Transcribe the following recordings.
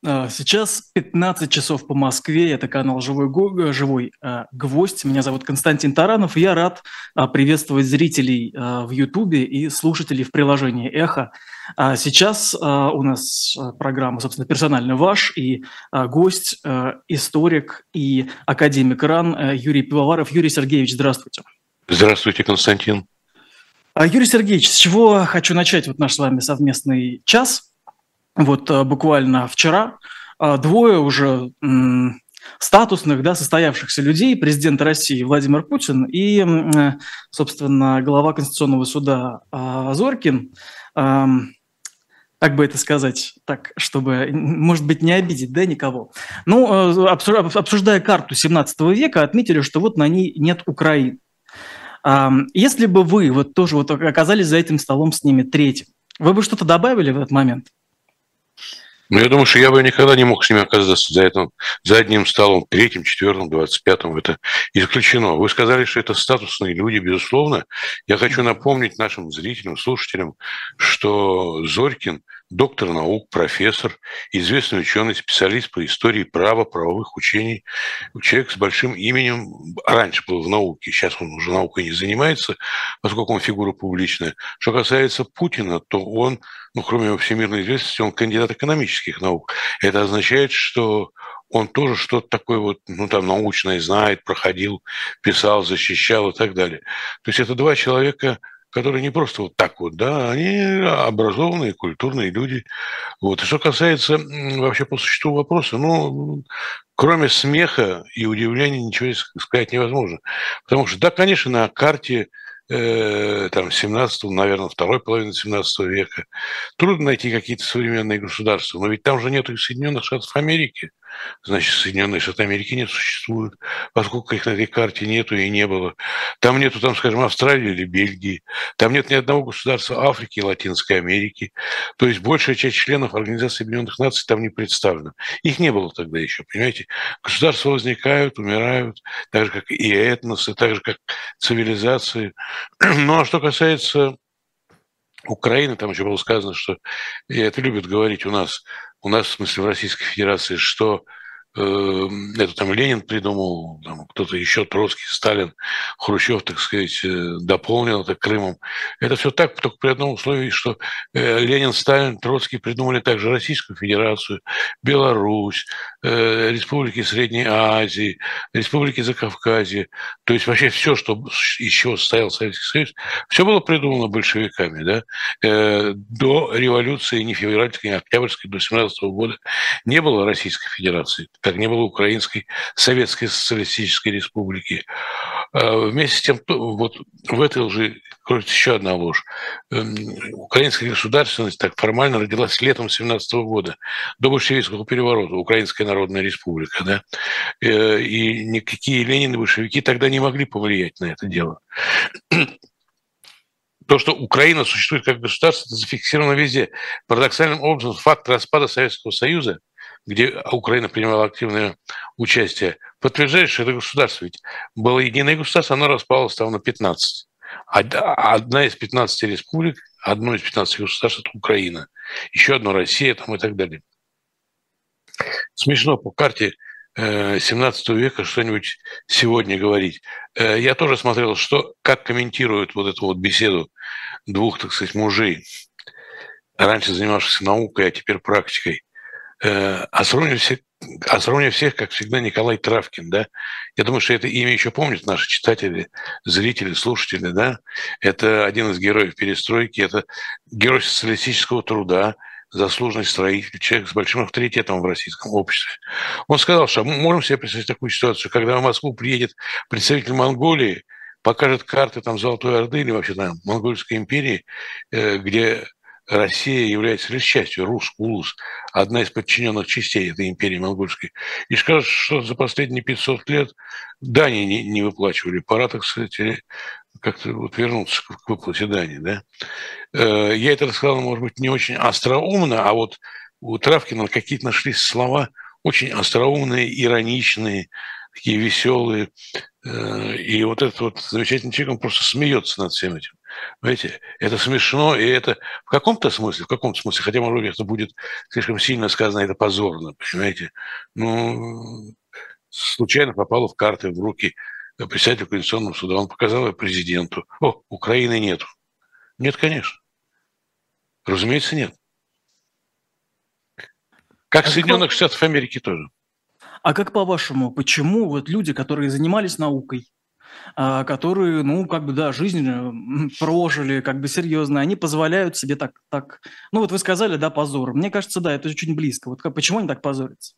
Сейчас 15 часов по Москве. Это канал «Живой гвоздь». Меня зовут Константин Таранов, и я рад приветствовать зрителей в Ютубе и слушателей в приложении «Эхо». Сейчас у нас программа, собственно, «Персонально ваш», и гость, историк и академик РАН Юрий Пивоваров. Юрий Сергеевич, здравствуйте. Здравствуйте, Константин. Юрий Сергеевич, с чего хочу начать наш с вами совместный час? Буквально вчера двое уже статусных, состоявшихся людей, президент России Владимир Путин и, собственно, глава Конституционного суда Зорькин, как бы это сказать, так, чтобы, может быть, не обидеть, никого. Обсуждая карту 17 века, отметили, что на ней нет Украины. Если бы вы тоже оказались за этим столом с ними третьим, вы бы что-то добавили в этот момент? Я думаю, что я бы никогда не мог с ними оказаться за одним столом, третьим, четвертым, 25-м. Это исключено. Вы сказали, что это статусные люди, безусловно. Я хочу напомнить нашим зрителям, слушателям, что Зорькин доктор наук, профессор, известный ученый, специалист по истории права, правовых учений. Человек с большим именем. Раньше был в науке, сейчас он уже наукой не занимается, поскольку он фигура публичная. Что касается Путина, то он, кроме его всемирной известности, он кандидат экономических наук. Это означает, что он тоже что-то такое научное знает, проходил, писал, защищал и так далее. То есть это два человека, которые не просто они образованные, культурные люди. И что касается вообще по существу вопроса, кроме смеха и удивления ничего сказать невозможно. Потому что, да, конечно, на карте 17-го, наверное, второй половины 17 века трудно найти какие-то современные государства, но ведь там же нет и Соединенных Штатов Америки. Значит, Соединенные Штаты Америки не существуют, поскольку их на этой карте нету и не было. Там нету, скажем, Австралии или Бельгии. Там нет ни одного государства Африки и Латинской Америки. То есть большая часть членов Организации Объединенных Наций там не представлена. Их не было тогда еще, понимаете? Государства возникают, умирают, так же, как и этносы, так же, как цивилизации. Ну, а что касается Украины, там еще было сказано, что, и это любят говорить у нас, в смысле в Российской Федерации, что это там Ленин придумал, кто-то еще, Троцкий, Сталин, Хрущев, так сказать, дополнил это Крымом. Это все так, только при одном условии, что Ленин, Сталин, Троцкий придумали также Российскую Федерацию, Беларусь, республики Средней Азии, республики Закавказья. То есть вообще все, что из чего состоял Советский Союз, все было придумано большевиками. Да? До революции ни февральской, ни октябрьской, до 17 года не было Российской Федерации, как не было Украинской Советской Социалистической Республики. Вместе с тем, в этой лжи кроется еще одна ложь. Украинская государственность так формально родилась летом 17 года, до большевистского переворота, Украинская Народная Республика. Да? И никакие Ленины, большевики тогда не могли повлиять на это дело. То, что Украина существует как государство, это зафиксировано везде. Парадоксальным образом факт распада Советского Союза, где Украина принимала активное участие, подтверждает, что это государство. Ведь было единое государство, оно распалось там на 15. Одна из 15 республик, одно из 15 государств – это Украина. Еще одно – Россия там, и так далее. Смешно по карте 17 века что-нибудь сегодня говорить. Я тоже смотрел, как комментируют эту беседу двух, так сказать, мужей, раньше занимавшихся наукой, а теперь практикой. А сравнивая всех, как всегда, Николай Травкин, да? Я думаю, что это имя еще помнят наши читатели, зрители, слушатели, да? Это один из героев перестройки, это герой социалистического труда, заслуженный строитель, человек с большим авторитетом в российском обществе. Он сказал, что мы можем себе представить такую ситуацию, когда в Москву приедет представитель Монголии, покажет карты Золотой Орды или вообще Монгольской империи, где Россия является лишь частью, Улус, одна из подчиненных частей этой империи монгольской, и скажет, что за последние 500 лет дани не выплачивали. Пора, так сказать, как-то вернуться к выплате дани. Да? Я это рассказал, может быть, не очень остроумно, а у Травкина какие-то нашлись слова очень остроумные, ироничные, такие веселые. И этот замечательный человек, он просто смеется над всем этим. Понимаете, это смешно, и это в каком-то смысле, хотя, может быть, это будет слишком сильно сказано, это позорно, понимаете. Ну, случайно попало в карты в руки председателю Конституционного суда, он показал ее президенту. О, Украины нету. Нет, конечно. Разумеется, нет. Как в Соединенных Штатах Америки тоже. А как по-вашему, почему вот люди, которые занимались наукой, которые, ну, как бы, да, жизнь прожили, как бы серьезно, они позволяют себе так, ну, вот вы сказали, да, позор. Мне кажется, да, это очень близко. Вот почему они так позорятся?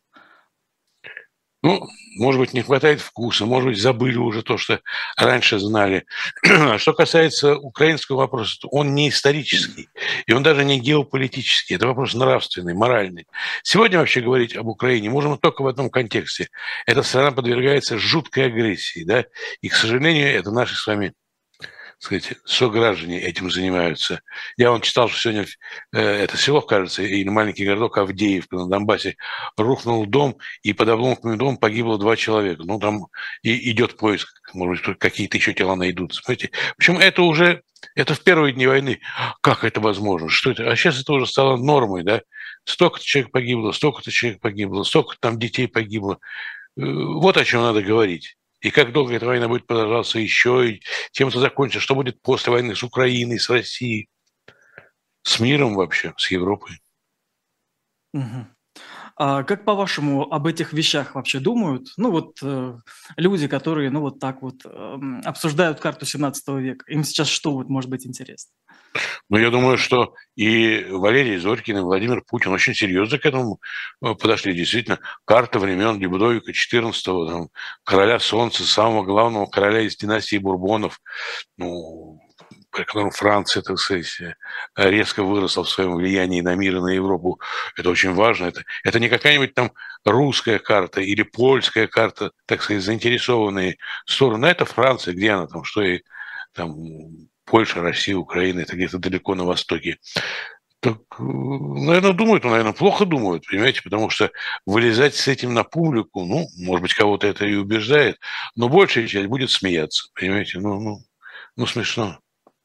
Ну, может быть, не хватает вкуса, может быть, забыли уже то, что раньше знали. А что касается украинского вопроса, то он не исторический, и он даже не геополитический. Это вопрос нравственный, моральный. Сегодня вообще говорить об Украине можем только в одном контексте. Эта страна подвергается жуткой агрессии, да, и, к сожалению, это наши с вами, сказать, сограждане этим занимаются. Я вон читал, что сегодня это село, кажется, или маленький городок Авдеевка на Донбассе, рухнул дом, и под обломками дома погибло 2 человека. Ну, там и идет поиск, может быть, какие-то еще тела найдутся. Понимаете? В общем, это в первые дни войны. Как это возможно? Что это? А сейчас это уже стало нормой, да? Столько-то человек погибло, столько там детей погибло. Вот о чем надо говорить. И как долго эта война будет продолжаться еще, и чем это закончится, что будет после войны с Украиной, с Россией, с миром вообще, с Европой. Мгм. А как, по-вашему, об этих вещах вообще думают? Ну вот люди, которые, ну вот так вот обсуждают карту 17 века. Им сейчас что вот может быть интересно? Но я думаю, что и Валерий Зорькин, и Владимир Путин очень серьезно к этому подошли. Действительно, карта времен Людовика XIV, там, короля Солнца, самого главного короля из династии Бурбонов, ну, при котором Франция, так сказать, резко выросла в своем влиянии на мир и на Европу. Это очень важно. Это не какая-нибудь там русская карта или польская карта, так сказать, заинтересованные стороны. Это Франция, где она там, что и там Польша, Россия, Украина, это где-то далеко на востоке. Так, наверное, думают, но, наверное, плохо думают, понимаете, потому что вылезать с этим на публику, ну, может быть, кого-то это и убеждает, но большая часть будет смеяться, понимаете, ну смешно.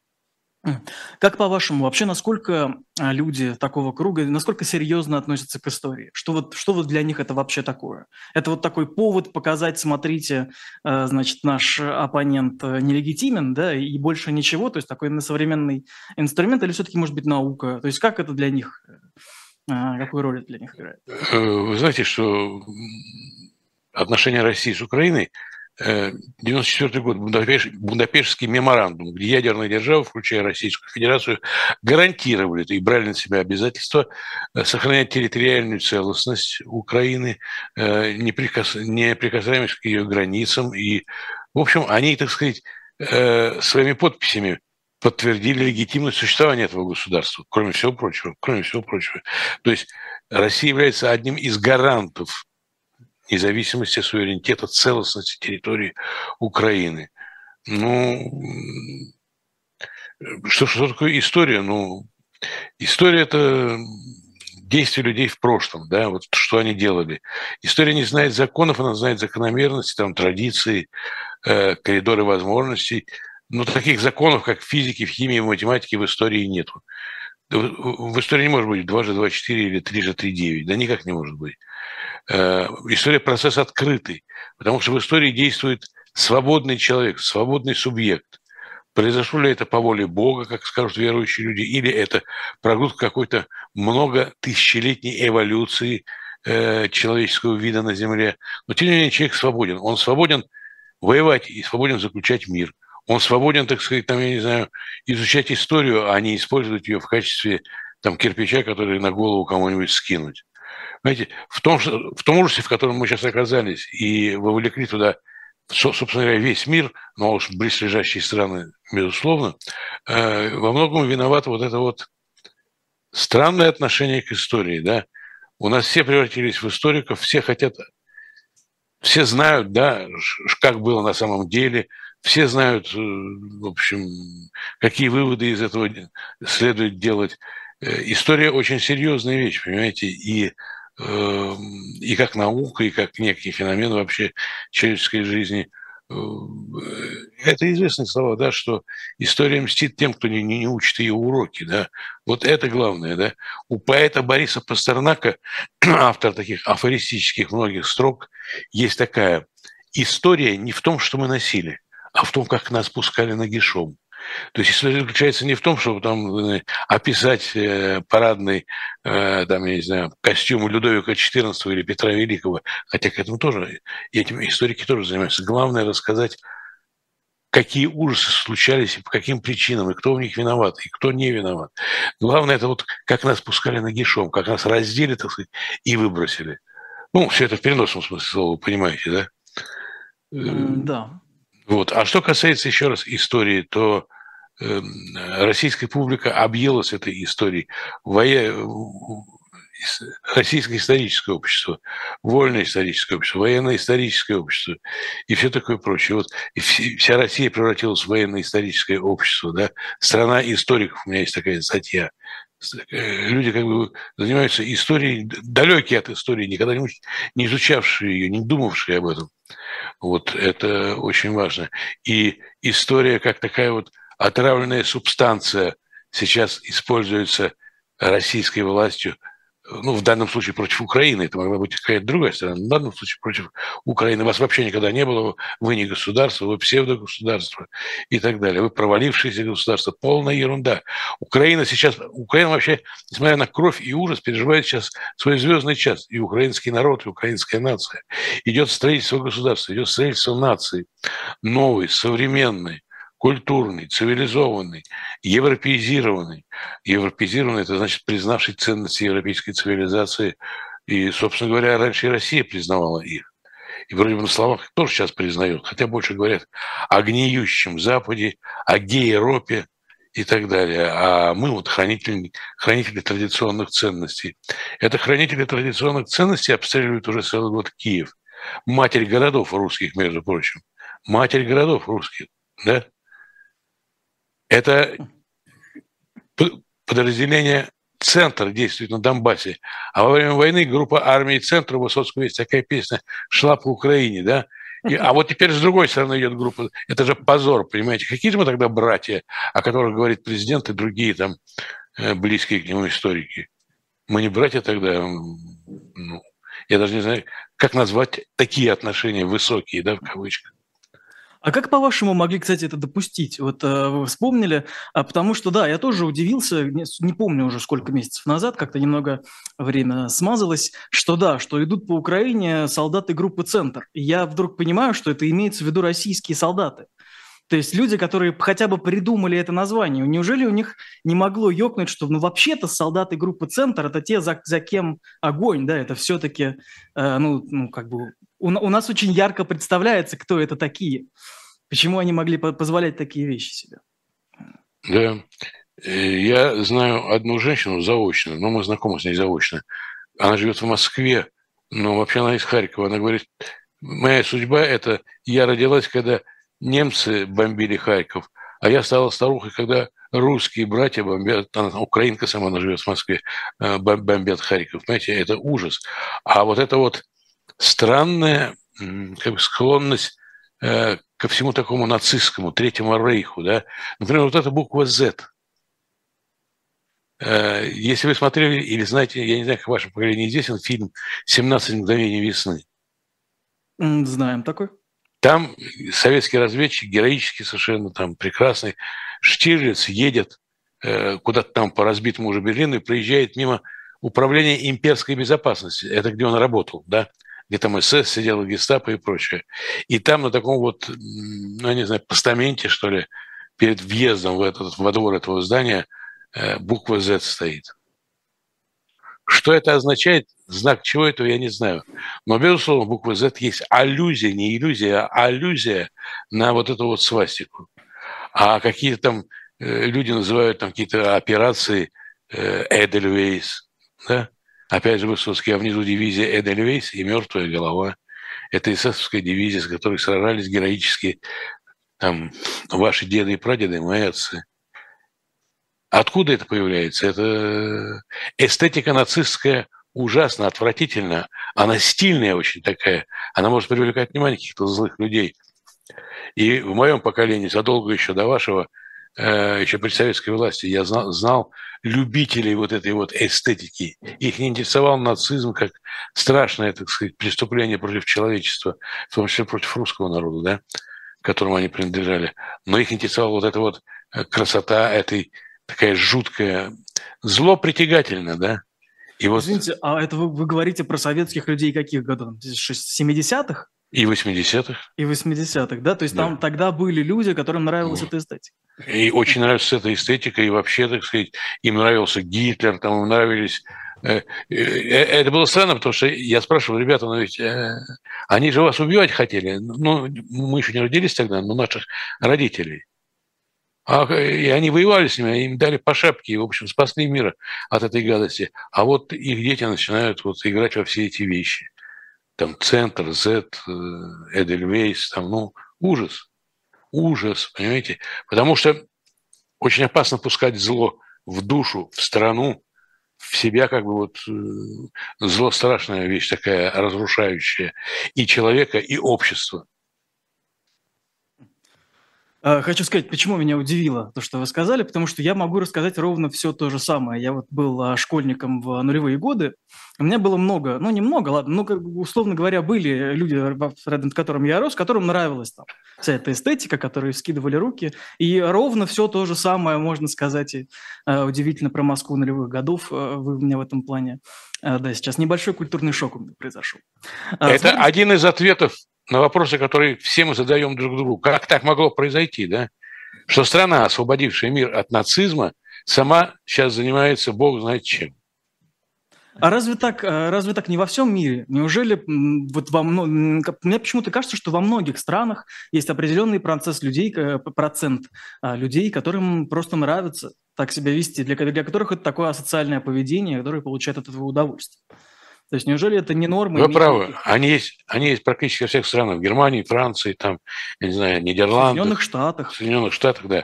Как по-вашему, вообще насколько люди такого круга, насколько серьезно относятся к истории? Что вот для них это вообще такое? Это вот такой повод показать, смотрите, значит, наш оппонент нелегитимен, да, и больше ничего, то есть такой современный инструмент, или все-таки может быть наука? То есть как это для них, какую роль это для них играет? Вы знаете, что отношения России с Украиной 1994 год, Будапештский меморандум, где ядерные державы, включая Российскую Федерацию, гарантировали и брали на себя обязательство сохранять территориальную целостность Украины, неприкасаемость к ее границам. И, в общем, они, так сказать, своими подписями подтвердили легитимность существования этого государства, кроме всего прочего. То есть Россия является одним из гарантов независимости, суверенитета, целостности территории Украины. Ну, что такое история? Ну, история – это действия людей в прошлом, да, вот что они делали. История не знает законов, она знает закономерности, там, традиции, коридоры возможностей. Но таких законов, как в физике, в химии, в математике, в истории нету. В истории не может быть 2 же 2 – 4 или 3 же 3 – 9. Да никак не может быть. История – процесс открытый, потому что в истории действует свободный человек, свободный субъект. Произошло ли это по воле Бога, как скажут верующие люди, или это продукт какой-то многотысячелетней эволюции человеческого вида на Земле. Но тем не менее человек свободен. Он свободен воевать и свободен заключать мир. Он свободен, так сказать, там, я не знаю, изучать историю, а не использовать ее в качестве там, кирпича, который на голову кому-нибудь скинуть. Знаете, в том ужасе, в котором мы сейчас оказались, и вовлекли туда, собственно говоря, весь мир, но уж близлежащие страны, безусловно, во многом виновато вот это вот странное отношение к истории, да. У нас все превратились в историков, все хотят, все знают, да, как было на самом деле, все знают, в общем, какие выводы из этого следует делать. История очень серьезная вещь, понимаете, и как наука, и как некий феномен вообще человеческой жизни. это известные слова, да, что история мстит тем, кто не учит ее уроки, да. Вот это главное, да. У поэта Бориса Пастернака, автор таких афористических многих строк, есть такая: история не в том, что мы носили, а в том, как нас пускали нагишом. То есть история заключается не в том, чтобы там описать парадный, там, я не знаю, костюм Людовика XIV или Петра Великого, хотя к этому тоже, этим историки тоже занимаются. Главное рассказать, какие ужасы случались и по каким причинам, и кто в них виноват, и кто не виноват. Главное, это вот как нас пускали нагишом, как нас раздели, так сказать, и выбросили. Ну, все это в переносном смысле слова, вы понимаете, да? Да. Вот. А что касается, еще раз, истории, то российская публика объелась этой историей. Российское историческое общество, вольное историческое общество, военно-историческое общество и все такое прочее. Вот и вся Россия превратилась в военно-историческое общество, да? Страна историков, у меня есть такая статья. Люди как бы занимаются историей, далекие от истории, никогда не изучавшие ее, не думавшие об этом. Вот это очень важно. И история как такая вот отравленная субстанция сейчас используется российской властью, ну, в данном случае против Украины, это могла быть какая-то другая страна, но в данном случае против Украины. Вас вообще никогда не было, вы не государство, вы псевдогосударство и так далее. Вы провалившееся государство, полная ерунда. Украина вообще, несмотря на кровь и ужас, переживает сейчас свой звездный час. И украинский народ, и украинская нация. Идет строительство государства, идет строительство нации, новой, современной, культурный, цивилизованный, европеизированный. Европеизированный – это значит признавший ценности европейской цивилизации. И, собственно говоря, раньше и Россия признавала их. И вроде бы на словах тоже сейчас признают, хотя больше говорят о гниющем Западе, о гей-Европе и так далее. А мы вот хранители традиционных ценностей. Это хранители традиционных ценностей обстреливают уже целый год Киев. Матерь городов русских, между прочим. Матерь городов русских, да? Это подразделение «Центр» действует на Донбассе. А во время войны группа армии «Центр» у Высоцкого есть такая песня «Шла по Украине», да? А вот теперь с другой стороны идет группа. Это же позор, понимаете? Какие же мы тогда братья, о которых говорит президент и другие там близкие к нему историки? Мы не братья тогда. Ну, я даже не знаю, как назвать такие отношения высокие, да, в кавычках. А как, по-вашему, могли, кстати, это допустить? Вот вы вспомнили, потому что, да, я тоже удивился, не помню уже сколько месяцев назад, как-то немного время смазалось, что да, что идут по Украине солдаты группы «Центр». И я вдруг понимаю, что это имеется в виду российские солдаты. То есть люди, которые хотя бы придумали это название, неужели у них не могло ёкнуть, что ну вообще-то солдаты группы «Центр» – это те, за кем огонь, да, это все-таки, ну как бы у нас очень ярко представляется, кто это такие. Почему они могли позволять такие вещи себе? Да. Я знаю одну женщину заочно, но мы знакомы с ней заочно. Она живет в Москве, но вообще она из Харькова. Она говорит, моя судьба – это я родилась, когда немцы бомбили Харьков, а я стала старухой, когда русские братья бомбят, она украинка сама, она живет в Москве, бомбят Харьков. Понимаете, это ужас. А вот это вот странная как бы склонность ко всему такому нацистскому, Третьему Рейху, да. Например, вот эта буква «Z». Если вы смотрели или знаете, я не знаю, как в вашем поколении известен фильм «17 мгновений весны». Знаем такой. Там советский разведчик, героический совершенно, там прекрасный, Штирлиц едет куда-то там по разбитому уже Берлину и проезжает мимо управления имперской безопасности. Это где он работал, да, где там СС сидел, гестапо и прочее. И там на таком вот, ну, я не знаю, постаменте, что ли, перед въездом во двор этого здания буква Z стоит. Что это означает, знак чего этого, я не знаю. Но, безусловно, буква Z есть аллюзия, не иллюзия, а аллюзия на вот эту вот свастику. А какие-то там люди называют там какие-то операции Эдельвейс, да? Опять же, Высоцкий, а внизу дивизия Эдельвейс и мертвая голова. Это эсэсовская дивизия, с которой сражались героически там ваши деды и прадеды, мои отцы. Откуда это появляется? Это эстетика нацистская ужасно, отвратительно. Она стильная очень такая. Она может привлекать внимание каких-то злых людей. И в моем поколении, задолго еще до вашего, еще при советской власти, я знал любителей вот этой вот эстетики. Их не интересовал нацизм как страшное, так сказать, преступление против человечества, в том числе против русского народа, да, к которому они принадлежали. Но их интересовала вот эта вот красота этой, такая жуткая, зло притягательно, да. И вот Извините, а это вы говорите про советских людей каких годов? 70-х? и 80-х. И 80-х, да? То есть Да. там тогда были люди, которым нравилась эта эстетика. И очень нравится эта эстетика, и вообще, так сказать, им нравился Гитлер, там им нравились... Это было странно, потому что я спрашивал, ребята, но ведь они же вас убивать хотели. Ну, мы еще не родились тогда, но наших родителей. И они воевали с ними, им дали по шапке, и, в общем, спасли мир от этой гадости. А вот их дети начинают вот играть во все эти вещи. Там Центр, Z, Эдельвейс, там, ну, ужас. Ужас, понимаете? Потому что очень опасно пускать зло в душу, в страну, в себя, как бы вот зло страшная вещь такая, разрушающая и человека, и общество. Хочу сказать, почему меня удивило то, что вы сказали, потому что я могу рассказать ровно все то же самое. Я вот был школьником в нулевые годы, у меня было много, ну немного, ладно, ну как бы, условно говоря, были люди, рядом с которыми я рос, которым нравилась там вся эта эстетика, которые скидывали руки, и ровно все то же самое, можно сказать, и удивительно про Москву нулевых годов, вы у меня в этом плане, да, сейчас небольшой культурный шок у меня произошел. Это Смотрите. один из ответов на вопросы, которые все мы задаем друг другу. Как так могло произойти, да? Что страна, освободившая мир от нацизма, сама сейчас занимается бог знает чем. А разве так не во всем мире? Неужели вот мне почему-то кажется, что во многих странах есть определенный процент людей, которым просто нравится так себя вести, для которых это такое асоциальное поведение, которое получает от этого удовольствие. То есть неужели это не норма? Вы правы. Они есть практически во всех странах. В Германии, Франции, там, я не знаю, Нидерландах. В Соединенных Штатах, да.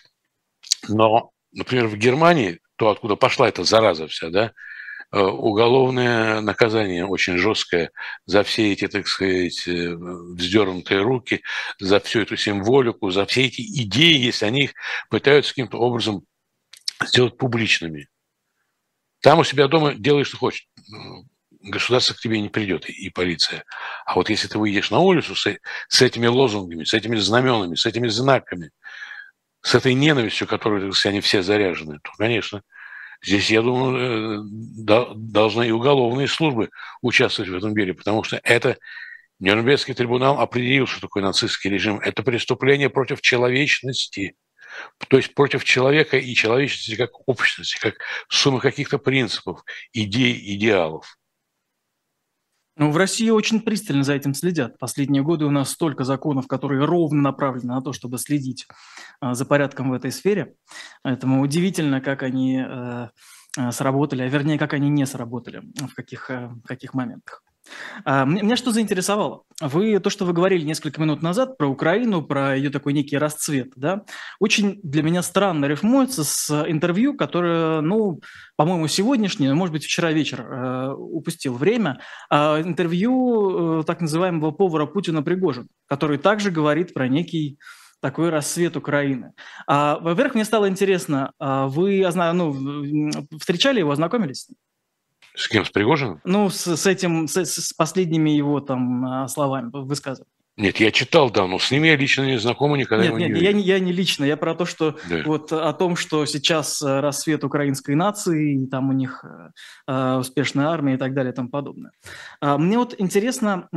Но, например, в Германии, то, откуда пошла эта зараза вся, да, уголовное наказание очень жесткое за все эти, так сказать, вздернутые руки, за всю эту символику, за все эти идеи, если они их пытаются каким-то образом сделать публичными. Там у себя дома делай, что хочешь. Государство к тебе не придет, и полиция. А вот если ты выйдешь на улицу с этими лозунгами, с этими знаменами, с этими знаками, с этой ненавистью, которой они все заряжены, то, конечно, здесь, я думаю, должны и уголовные службы участвовать в этом деле, потому что это Нюрнбергский трибунал определил, что такое нацистский режим. Это преступление против человечности, то есть против человека и человечности как общности, как суммы каких-то принципов, идей, идеалов. Ну, в России очень пристально за этим следят. Последние годы у нас столько законов, которые ровно направлены на то, чтобы следить за порядком в этой сфере. Поэтому удивительно, как они сработали, а вернее, как они не сработали, в каких моментах. Меня что заинтересовало? То, что вы говорили несколько минут назад про Украину, про ее такой некий расцвет, да, очень для меня странно рифмуется с интервью, которое, ну, по-моему, сегодняшнее, может быть, вчера вечер упустил время, интервью так называемого повара Путина Пригожина, который также говорит про некий такой расцвет Украины. Во-первых, мне стало интересно, вы встречали его, ознакомились с ним? С кем, с Пригожиным? Ну, с последними его там словами, высказываниями. Нет, я читал, да, но с ним я лично не знаком и никогда его не видел. Я не лично, я про то, что вот о том, что сейчас расцвет украинской нации, и там у них успешная армия и так далее и тому подобное. Мне вот интересно,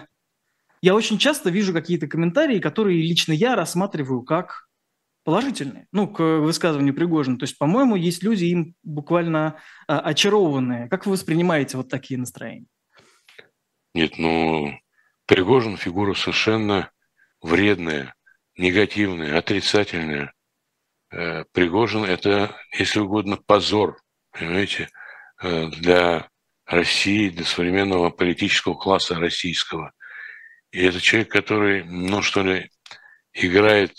я очень часто вижу какие-то комментарии, которые лично я рассматриваю как положительные, ну, к высказыванию Пригожина. То есть, по-моему, есть люди им буквально очарованные. Как вы воспринимаете вот такие настроения? Нет, ну, Пригожин фигура совершенно вредная, негативная, отрицательная. Пригожин – это, если угодно, позор, понимаете, для России, для современного политического класса российского. И это человек, который, ну, что ли, играет...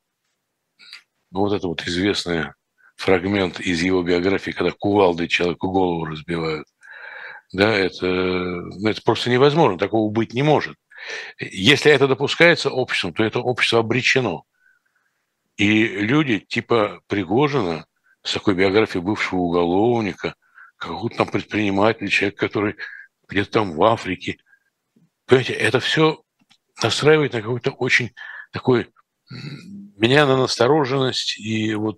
Ну, вот это вот известный фрагмент из его биографии, когда кувалдой человеку голову разбивают. Да, это просто невозможно, такого быть не может. Если это допускается обществом, то это общество обречено. И люди типа Пригожина, с такой биографией бывшего уголовника, какого-то там предпринимателя, человек, который где-то там в Африке, понимаете, это все настраивает на какой-то очень такой, меня на настороженность, и вот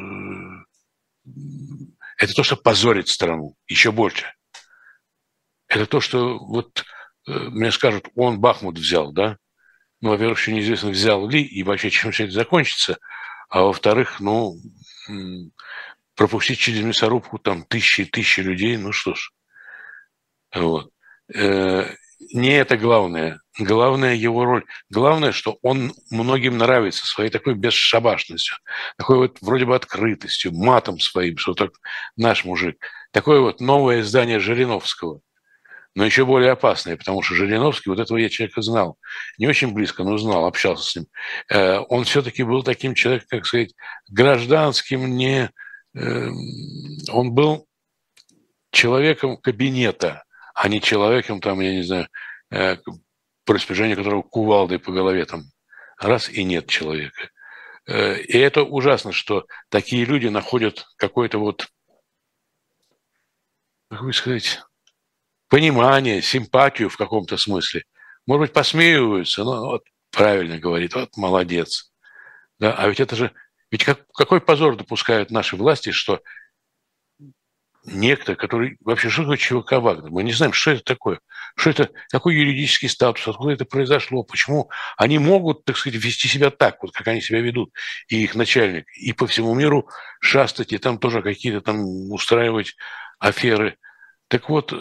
это то, что позорит страну еще больше. Это то, что вот мне скажут, он Бахмут взял, да? Ну, во-первых, еще неизвестно, взял ли, и вообще, чем все это закончится. А во-вторых, ну, пропустить через мясорубку там тысячи и тысячи людей, ну что ж. Вот. Не это главное. Главное его роль. Главное, что он многим нравится своей такой бесшабашностью, такой вот вроде бы открытостью, матом своим, что так наш мужик. Такое вот новое издание Жириновского, но еще более опасное, потому что Жириновский, вот этого я человека знал, не очень близко, но знал, общался с ним. Он все-таки был таким человеком, как сказать, гражданским, он был человеком кабинета, а не человеком, там, я не знаю, по распоряжению которого кувалдой по голове там раз и нет человека. И это ужасно, что такие люди находят какой-то вот, как бы сказать, понимание, симпатию в каком-то смысле. Может быть, посмеиваются, но вот правильно говорит, вот молодец. Да, а ведь это же, ведь какой позор допускают наши власти, что некто, который вообще что такое ЧВК Вагнер? Мы не знаем, что это такое. Что это, какой юридический статус, откуда это произошло, почему они могут, так сказать, вести себя так, вот как они себя ведут, и их начальник, и по всему миру шастать, и там тоже какие-то там устраивать аферы. Так вот,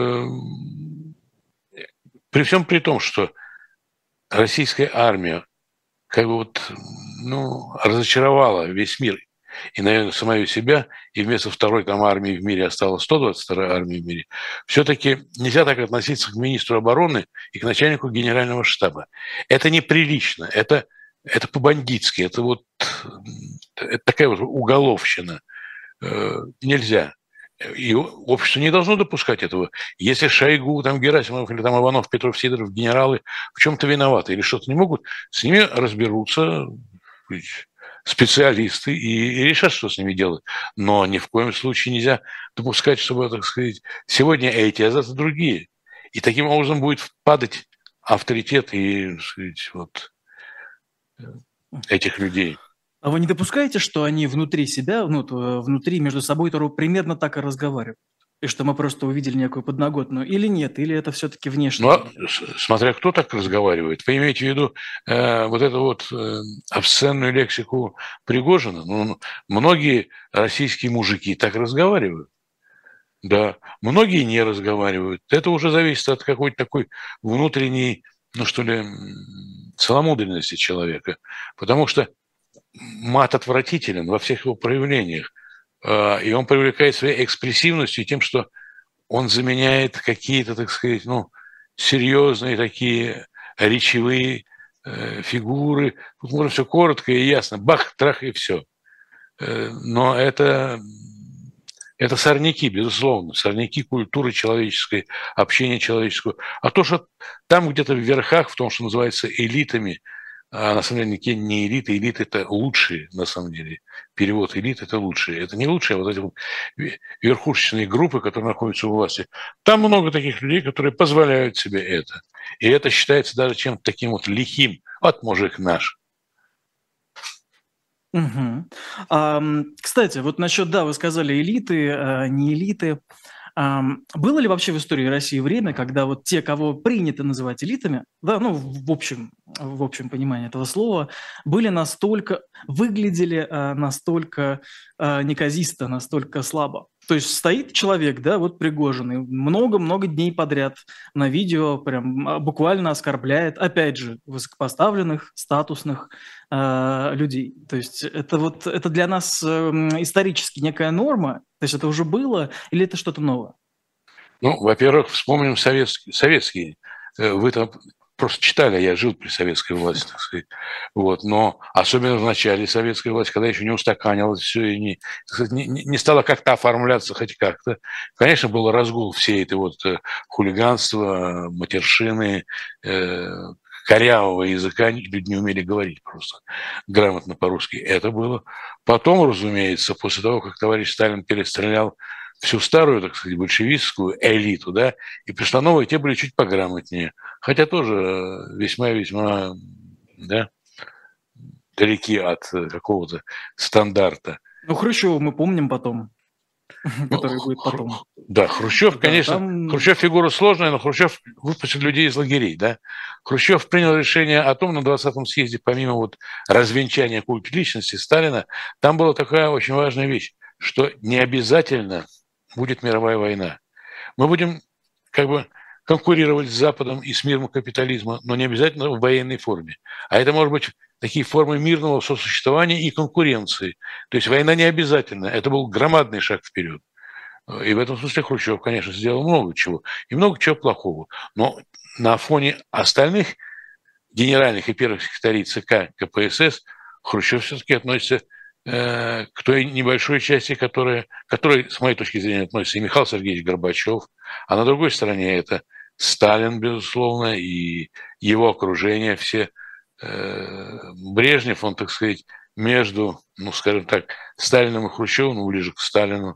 при всем при том, что российская армия как бы вот, ну, разочаровала весь мир, и, наверное, самую себя, и вместо второй там армии в мире осталась 122-я армия в мире, все-таки нельзя так относиться к министру обороны и к начальнику генерального штаба. Это неприлично, это по-бандитски, это вот это такая вот уголовщина. Нельзя. И общество не должно допускать этого. Если Шойгу, там, Герасимов или там Иванов, Петров, Сидоров, генералы в чем-то виноваты или что-то не могут, с ними разберутся специалисты и решат, что с ними делать. Но ни в коем случае нельзя допускать, чтобы, так сказать, сегодня эти, а завтра другие. И таким образом будет падать авторитет и, так сказать, вот этих людей. А вы не допускаете, что они внутри себя, ну, внутри между собой примерно так и разговаривают? И что мы просто увидели некую подноготную? Или нет? Или это все-таки внешне? Ну, смотря кто так разговаривает. Вы имеете в виду вот эту вот обсценную лексику Пригожина? Ну, многие российские мужики так разговаривают. Да, многие не разговаривают. Это уже зависит от какой-то такой внутренней, ну что ли, целомудренности человека. Потому что мат отвратителен во всех его проявлениях. И он привлекает своей экспрессивностью и тем, что он заменяет какие-то, так сказать, ну, серьезные такие речевые фигуры. Тут можно все коротко и ясно. Бах, трах и все. Но это сорняки, безусловно. Сорняки культуры человеческой, общения человеческого. А то, что там где-то в верхах, в том, что называется элитами, а на самом деле не элиты, элиты – это лучшие, на самом деле. Перевод элит – это лучшие. Это не лучшие, а вот эти вот верхушечные группы, которые находятся у власти. Там много таких людей, которые позволяют себе это. И это считается даже чем-то таким вот лихим. Вот мужик наш. Угу. Кстати, вот насчет, да, вы сказали элиты, не элиты. Было ли вообще в истории России время, когда вот те, кого принято называть элитами, да, ну, в общем понимании этого слова, выглядели настолько неказисто, настолько слабо? То есть стоит человек, да, вот Пригожин, и много-много дней подряд на видео прям буквально оскорбляет, опять же, высокопоставленных, статусных людей. То есть это для нас исторически некая норма, то есть это уже было или это что-то новое? Ну, во-первых, вспомним советские. Вы там просто читали, я жил при советской власти, так сказать. Вот. Но особенно в начале советской власти, когда еще не устаканилось все и не, так сказать, не стало как-то оформляться хоть как-то. Конечно, был разгул всей этой вот хулиганства, матершины, корявого языка, люди не умели говорить просто грамотно по-русски. Это было. Потом, разумеется, после того, как товарищ Сталин перестрелял всю старую, так сказать, большевистскую элиту, да, и пришла новая, те были чуть пограмотнее. Хотя тоже весьма-весьма, да, далеки от какого-то стандарта. Ну, Хрущева мы помним потом, который будет потом. Да, Хрущев, конечно, Хрущев фигура сложная, но Хрущев выпустил людей из лагерей, да. Хрущев принял решение о том на 20-м съезде, помимо вот развенчания культа личности Сталина, там была такая очень важная вещь, что не обязательно будет мировая война. Мы будем как бы конкурировать с Западом и с миром капитализма, но не обязательно в военной форме. А это может быть такие формы мирного сосуществования и конкуренции. То есть война не обязательно. Это был громадный шаг вперед. И в этом смысле Хрущев, конечно, сделал много чего. И много чего плохого. Но на фоне остальных генеральных и первых секретарей ЦК КПСС Хрущев все-таки относится к той небольшой части, которой, с моей точки зрения, относится и Михаил Сергеевич Горбачев, а на другой стороне это Сталин, безусловно, и его окружение, все. Брежнев, он, так сказать, между, ну, скажем так, Сталиным и Хрущевым, ну, ближе к Сталину.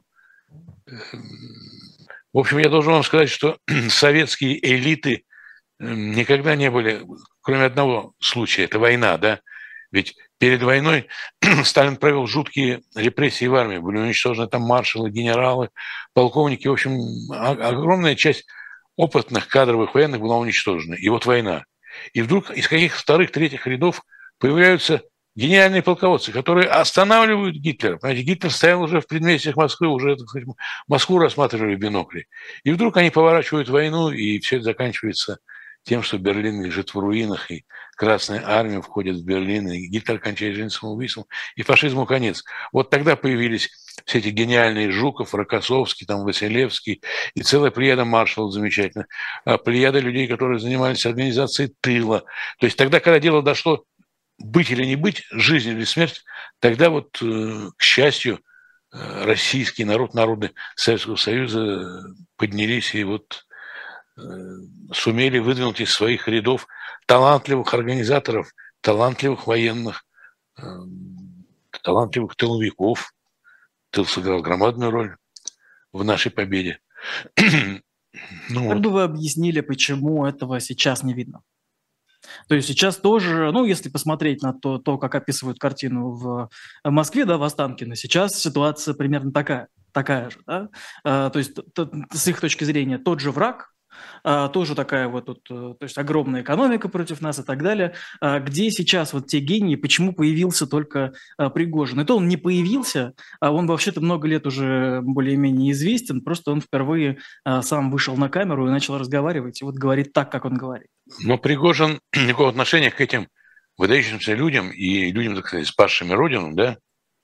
В общем, я должен вам сказать, что советские элиты никогда не были, кроме одного случая, это война, да, ведь перед войной Сталин провел жуткие репрессии в армии, были уничтожены там маршалы, генералы, полковники, в общем, огромная часть опытных кадровых военных была уничтожена. И вот война. И вдруг из каких-то вторых, третьих рядов появляются гениальные полководцы, которые останавливают Гитлера. Понимаете, Гитлер стоял уже в предместьях Москвы, уже, так сказать, Москву рассматривали в бинокли. И вдруг они поворачивают войну, и все это заканчивается тем, что Берлин лежит в руинах, и Красная Армия входит в Берлин, и Гитлер кончает жизнь самоубийством, и фашизму конец. Вот тогда появились все эти гениальные Жуков, Рокоссовский, там, Василевский, и целая плеяда маршалов замечательно, плеяда людей, которые занимались организацией тыла. То есть тогда, когда дело дошло быть или не быть, жизнь или смерть, тогда вот, к счастью, российский народ, народы Советского Союза поднялись и вот сумели выдвинуть из своих рядов талантливых организаторов, талантливых военных, талантливых тыловиков. Тыл сыграл громадную роль в нашей победе. Как бы вы объяснили, почему этого сейчас не видно? То есть сейчас тоже, ну, если посмотреть на то, как описывают картину в Москве, да, в Останкино, сейчас ситуация примерно такая же, да? То есть с их точки зрения тот же враг, тоже такая вот тут, то есть огромная экономика против нас и так далее. Где сейчас вот те гении, почему появился только Пригожин? И то он не появился, а он вообще-то много лет уже более-менее известен, просто он впервые сам вышел на камеру и начал разговаривать, и вот говорит так, как он говорит. Но Пригожин никакого отношения к этим выдающимся людям и людям, так сказать, спасшими Родину, да,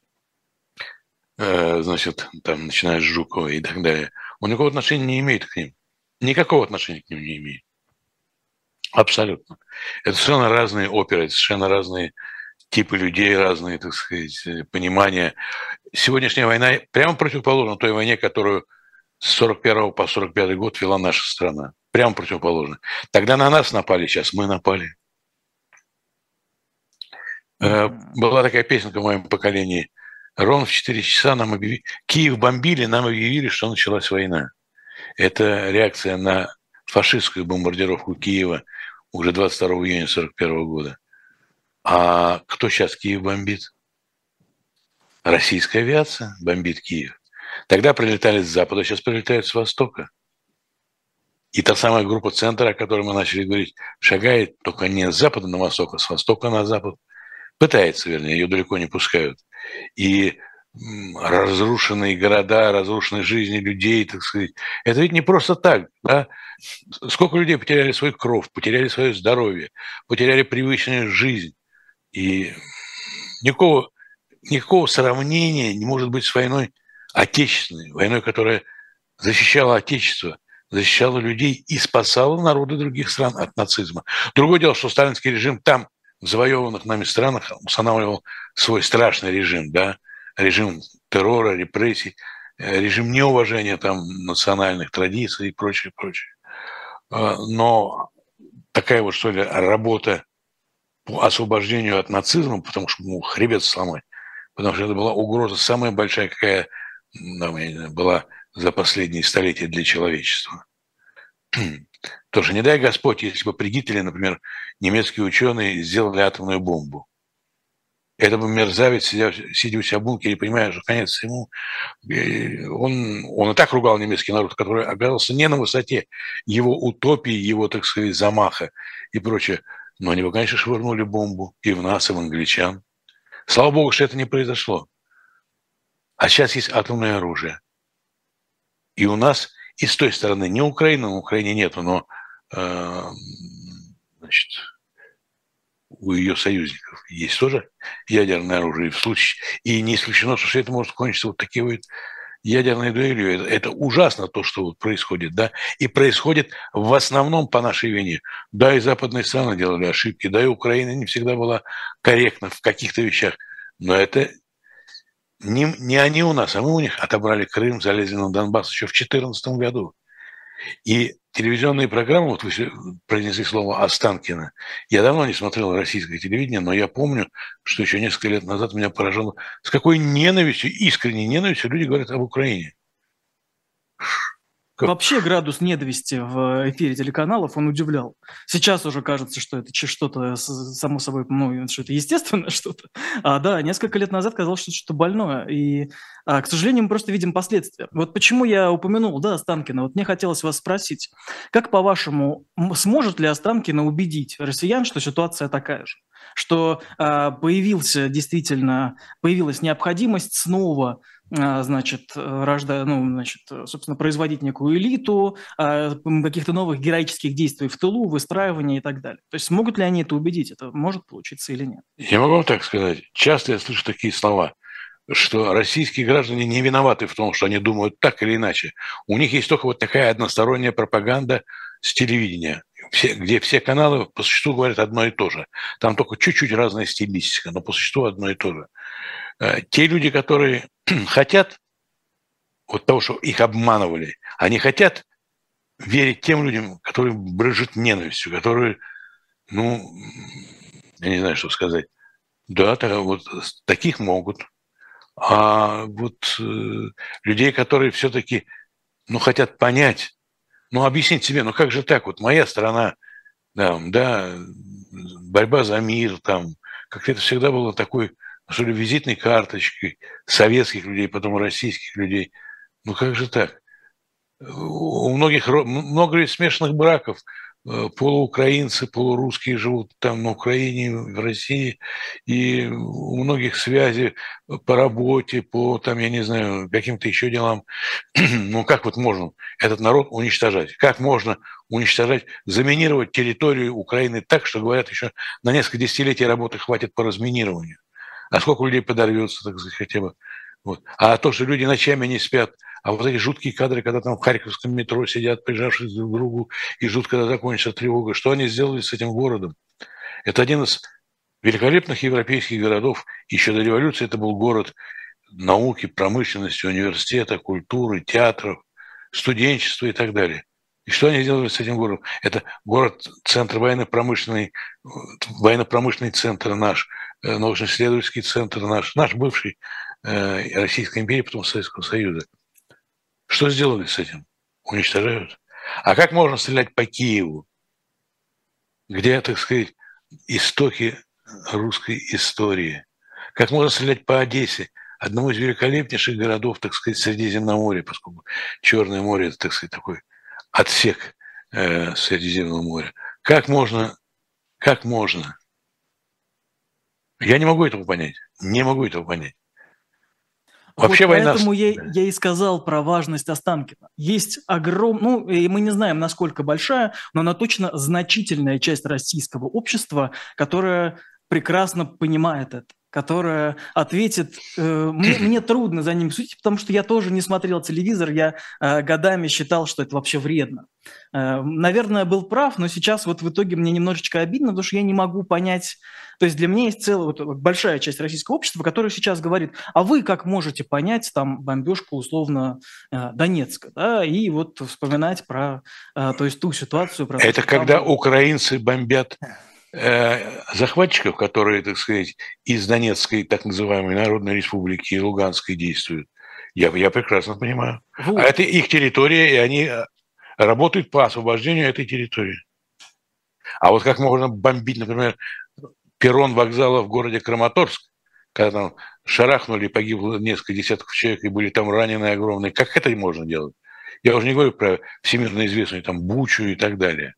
значит, там, начиная с Жукова и так далее, он никакого отношения не имеет к ним. Никакого отношения к ним не имеет. Абсолютно. Это совершенно разные оперы, это совершенно разные типы людей, разные, так сказать, понимания. Сегодняшняя война прямо противоположна той войне, которую с 41 по 45 год вела наша страна. Прямо противоположно. Тогда на нас напали, сейчас мы напали. Была такая песенка в моем поколении. Ровно в 4 часа нам объявили... Киев бомбили, нам объявили, что началась война. Это реакция на фашистскую бомбардировку Киева уже 22 июня 1941 года. А кто сейчас Киев бомбит? Российская авиация бомбит Киев. Тогда прилетали с запада, сейчас прилетают с востока. И та самая группа «Центр», о которой мы начали говорить, шагает только не с запада на восток, а с востока на запад. Пытается, вернее, ее далеко не пускают. И разрушенные города, разрушенные жизни людей, так сказать. Это ведь не просто так, да? Сколько людей потеряли свой кровь, потеряли свое здоровье, потеряли привычную жизнь. И никакого сравнения не может быть с войной отечественной, войной, которая защищала Отечество, защищала людей и спасала народы других стран от нацизма. Другое дело, что сталинский режим там, в завоеванных нами странах, устанавливал свой страшный режим, да, режим террора, репрессий, режим неуважения там национальных традиций и прочее, прочее. Но такая вот, что ли, работа по освобождению от нацизма, потому что хребет сломать, потому что это была угроза самая большая, какая была за последние столетия для человечества. Тоже не дай Господь, если бы при Гитлере, например, немецкие ученые сделали атомную бомбу. Это бы мерзавец, сидя у себя в бункере, понимая, что конец всему, он и так ругал немецкий народ, который оказался не на высоте его утопии, его, так сказать, замаха и прочее. Но они бы, конечно, швырнули бомбу и в нас, и в англичан. Слава богу, что это не произошло. А сейчас есть атомное оружие. И у нас, и с той стороны, не Украина, на Украине нету, но значит, у ее союзников есть тоже ядерное оружие. И не исключено, что это может кончиться вот такие вот ядерной дуэлью. Это ужасно то, что вот происходит, да, и происходит в основном по нашей вине. Да, и западные страны делали ошибки, да, и Украина не всегда была корректна в каких-то вещах, но это не они у нас, а мы у них отобрали Крым, залезли на Донбасс еще в 2014 году. И телевизионные программы, вот вы произнесли слово Останкино, я давно не смотрел российское телевидение, но я помню, что еще несколько лет назад меня поражало, с какой ненавистью, искренней ненавистью люди говорят об Украине. Вообще градус ненависти в эфире телеканалов, он удивлял. Сейчас уже кажется, что это что-то само собой, ну, что это естественное что-то. А да, несколько лет назад казалось, что это что-то больное. И, к сожалению, мы просто видим последствия. Вот почему я упомянул, да, Останкино. Вот мне хотелось вас спросить, как, по-вашему, сможет ли Останкино убедить россиян, что ситуация такая же? Что появилась необходимость снова собственно, производить некую элиту, каких-то новых героических действий в тылу, выстраивания и так далее. То есть могут ли они это убедить? Это может получиться или нет? Я могу вам так сказать. Часто я слышу такие слова, что российские граждане не виноваты в том, что они думают так или иначе. У них есть только вот такая односторонняя пропаганда с телевидения, где все каналы по существу говорят одно и то же. Там только чуть-чуть разная стилистика, но по существу одно и то же. Те люди, которые хотят вот того, что их обманывали, они хотят верить тем людям, которые брызжут ненавистью, которые, я не знаю, что сказать. Да, вот таких могут. А вот людей, которые все-таки, хотят понять, объяснить себе, как же так, вот моя страна, да, борьба за мир, там, как-то это всегда было такой, что ли, визитной карточкой советских людей, потом российских людей. Как же так? У многих много смешанных браков. Полуукраинцы, полурусские живут там на Украине, в России. И у многих связи по работе, по, я не знаю, каким-то еще делам. Как вот можно этот народ уничтожать? Как можно уничтожать, заминировать территорию Украины так, что, говорят, еще на несколько десятилетий работы хватит по разминированию? А сколько людей подорвется, так сказать, хотя бы. Вот. А то, что люди ночами не спят, а вот эти жуткие кадры, когда там в Харьковском метро сидят, прижавшись друг к другу, и ждут, когда закончится тревога, что они сделали с этим городом? Это один из великолепных европейских городов. Еще до революции это был город науки, промышленности, университета, культуры, театров, студенчества и так далее. И что они сделали с этим городом? Это город-центр военно-промышленный центр наш, научно-исследовательский центр наш бывший Российской империи, потом Советского Союза. Что сделали с этим? Уничтожают. А как можно стрелять по Киеву, где, так сказать, истоки русской истории? Как можно стрелять по Одессе, одному из великолепнейших городов, так сказать, Средиземноморья, поскольку Черное море – это, так сказать, такой отсек Средиземного моря. Как можно? Я не могу этого понять. Вообще вот война... Поэтому я и сказал про важность Останкино. Есть и мы не знаем, насколько большая, но она точно значительная часть российского общества, которая прекрасно понимает это. которая ответит. Мне трудно за ним судить, потому что я тоже не смотрел телевизор, я годами считал, что это вообще вредно. Наверное, был прав, но сейчас вот в итоге мне немножечко обидно, потому что я не могу понять. То есть для меня есть целая вот большая часть российского общества, которая сейчас говорит, а вы как можете понять там бомбежку условно Донецка, да, и вот вспоминать про то есть ту ситуацию. Про то, Это что там когда украинцы бомбят захватчиков, которые, так сказать, из Донецкой так называемой Народной Республики и Луганской действуют. Я прекрасно понимаю. А Вот. это их территория, и они работают по освобождению этой территории. А вот как можно бомбить, например, перрон вокзала в городе Краматорск, когда там шарахнули, погибло несколько десятков человек, и были там ранены огромные. Как это можно делать? Я уже не говорю про всемирно известную там Бучу и так далее.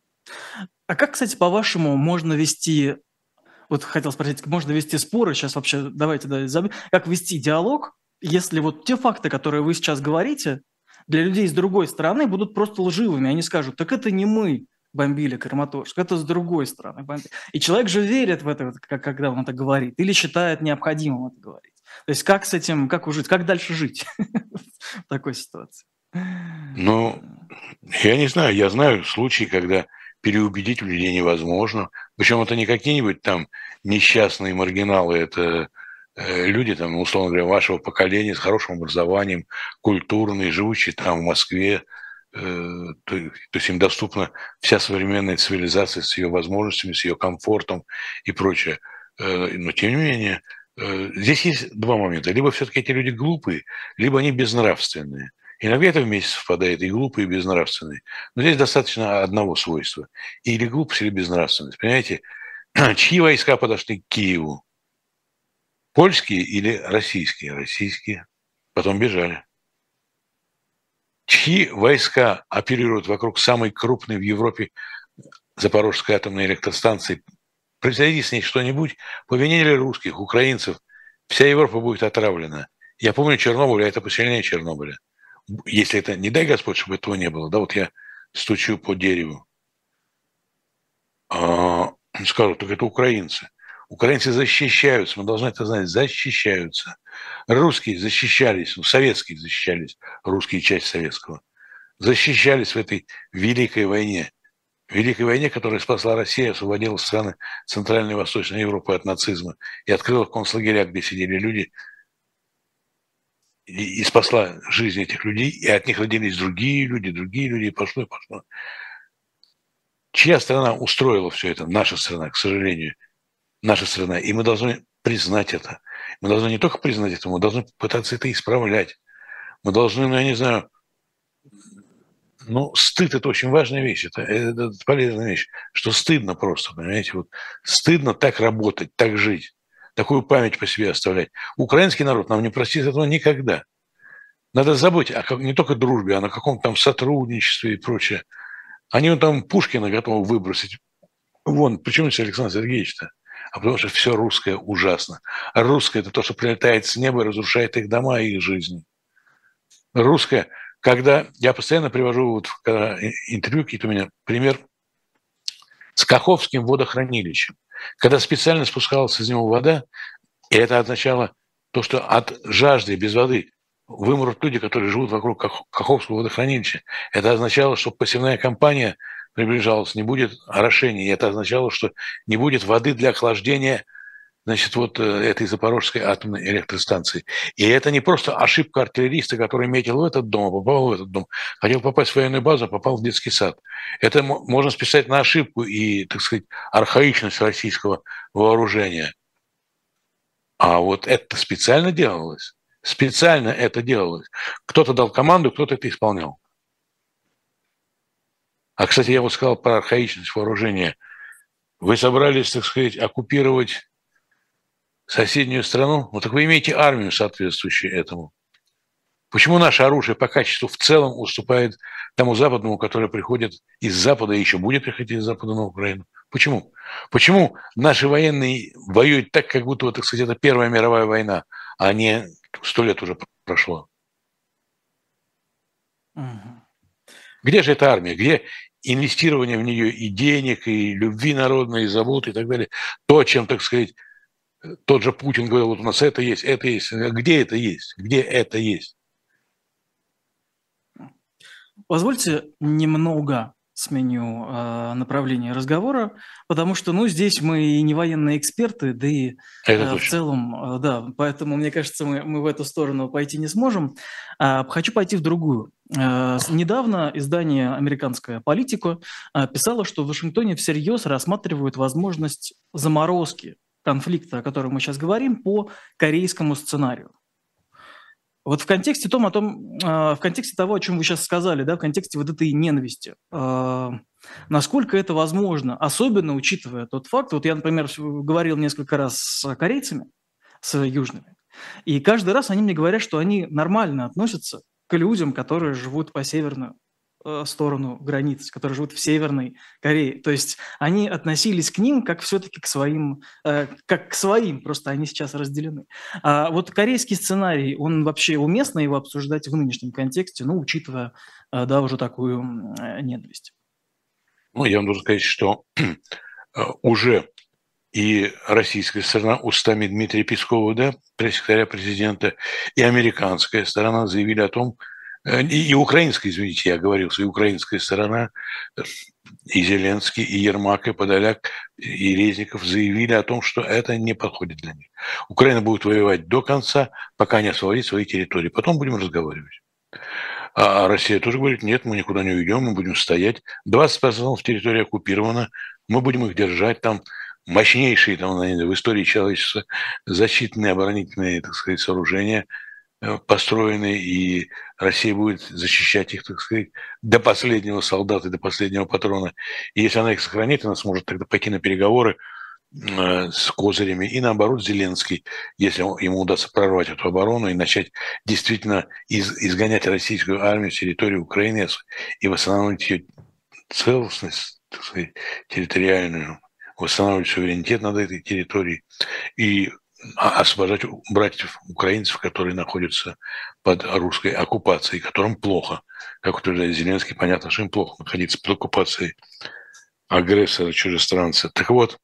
А как, кстати, по-вашему, можно вести, вот хотел спросить, можно вести споры, сейчас вообще давайте, да, как вести диалог, если вот те факты, которые вы сейчас говорите, для людей с другой стороны будут просто лживыми, они скажут, так это не мы бомбили Краматорск, это с другой стороны бомбили. И человек же верит в это, когда он это говорит, или считает необходимым это говорить. То есть как с этим, как жить, как дальше жить в такой ситуации? Ну, я не знаю, я знаю случаи, когда переубедить людей невозможно. Причем это не какие-нибудь там несчастные маргиналы, это люди, там, условно говоря, вашего поколения с хорошим образованием, культурные, живущие там в Москве. То есть им доступна вся современная цивилизация с ее возможностями, с ее комфортом и прочее. Но тем не менее, здесь есть два момента. Либо все-таки эти люди глупые, либо они безнравственные. Иногда это вместе совпадает, и глупые, и безнравственные. Но здесь достаточно одного свойства. Или глупость, или безнравственность. Понимаете, чьи войска подошли к Киеву? Польские или российские? Российские. Потом бежали. Чьи войска оперируют вокруг самой крупной в Европе Запорожской атомной электростанции? Произойди с ней что-нибудь, по вине ли русских, украинцев, вся Европа будет отравлена. Я помню Чернобыль, а это поселение Чернобыля. Если это, не дай Господь, чтобы этого не было, да, вот я стучу по дереву, скажут, так это украинцы. Украинцы защищаются, мы должны это знать, защищаются. Русские защищались, советские защищались, русские часть советского, защищались в этой великой войне. Великой войне, которая спасла Россию, освободила страны Центральной и Восточной Европы от нацизма и открыла концлагеря, где сидели люди, и спасла жизнь этих людей, и от них родились другие люди, и пошло, и пошло. Чья страна устроила все это? Наша страна, к сожалению. Наша страна. И мы должны признать это. Мы должны не только признать это, мы должны пытаться это исправлять. Мы должны, ну, я не знаю, ну, стыд – это очень важная вещь, это полезная вещь, что стыдно просто, понимаете, вот стыдно так работать, так жить, такую память по себе оставлять. Украинский народ нам не простит этого никогда. Надо забыть не только дружбе, а на каком-то там сотрудничестве и прочее. Они вот там Пушкина готовы выбросить. Вон, почему здесь Александр Сергеевич-то? А потому что все русское ужасно. А русское – это то, что прилетает с неба и разрушает их дома и их жизни. Русское, когда я постоянно привожу вот интервью, какие-то у меня пример с Каховским водохранилищем. Когда специально спускалась из него вода, и это означало то, что от жажды без воды вымрут люди, которые живут вокруг Каховского водохранилища. Это означало, что посевная кампания приближалась, не будет орошения. И это означало, что не будет воды для охлаждения, значит, вот этой Запорожской атомной электростанции. И это не просто ошибка артиллериста, который метил в этот дом, а попал в этот дом. Хотел попасть в военную базу, а попал в детский сад. Это можно списать на ошибку и, так сказать, архаичность российского вооружения. А вот это специально делалось. Специально это делалось. Кто-то дал команду, кто-то это исполнял. А, кстати, я вот сказал про архаичность вооружения. Вы собрались, так сказать, оккупировать соседнюю страну? Ну, так вы имеете армию, соответствующую этому. Почему наше оружие по качеству в целом уступает тому западному, который приходит из Запада и еще будет приходить из Запада на Украину? Почему? Почему наши военные воюют так, как будто, вот, так сказать, это Первая мировая война, а не 100 лет уже прошло? Где же эта армия? Где инвестирование в нее и денег, и любви народной, и заботы, и так далее? То, чем, так сказать, Тот же Путин говорил, вот у нас это есть, это есть. Где это есть? Где это есть? Позвольте немного сменю направление разговора, потому что, ну, здесь мы и не военные эксперты, да и Это в точно. целом, да, поэтому, мне кажется, мы в эту сторону пойти не сможем. Хочу пойти в другую. Недавно издание американское «Политико» писало, что в Вашингтоне всерьез рассматривают возможность заморозки конфликта, о котором мы сейчас говорим, по корейскому сценарию. Вот в контексте в контексте того, о чем вы сейчас сказали, да, в контексте вот этой ненависти, насколько это возможно, особенно учитывая тот факт, вот я, например, говорил несколько раз с корейцами, с южными, и каждый раз они мне говорят, что они нормально относятся к людям, которые живут по северную сторону границ, которые живут в Северной Корее. То есть они относились к ним как все-таки к своим, как к своим, просто они сейчас разделены. А вот корейский сценарий, он вообще уместно его обсуждать в нынешнем контексте, ну, учитывая, да, уже такую ненависть? Ну, я вам должен сказать, что уже и российская сторона устами Дмитрия Пескова, да, пресс-секретаря президента, и американская сторона заявили о том, и украинская, извините, я говорил, и украинская сторона, и Зеленский, и Ермак, и Подоляк, и Резников заявили о том, что это не подходит для них. Украина будет воевать до конца, пока не освободит свои территории. Потом будем разговаривать. А Россия тоже говорит, нет, мы никуда не уйдем, мы будем стоять. 20% территории оккупирована, мы будем их держать там. Мощнейшие там, в истории человечества защитные оборонительные, так сказать, сооружения построены, и Россия будет защищать их, так сказать, до последнего солдата, до последнего патрона. И если она их сохранит, она сможет тогда пойти на переговоры с козырями. И наоборот, Зеленский, если ему удастся прорвать эту оборону и начать действительно изгонять российскую армию с территории Украины и восстанавливать ее целостность, так сказать, территориальную, восстанавливать суверенитет над этой территорией и освобождать братьев украинцев, которые находятся под русской оккупацией, которым плохо. Как утверждает Зеленский, понятно, что им плохо находиться под оккупацией агрессора, чужестранца. Так вот,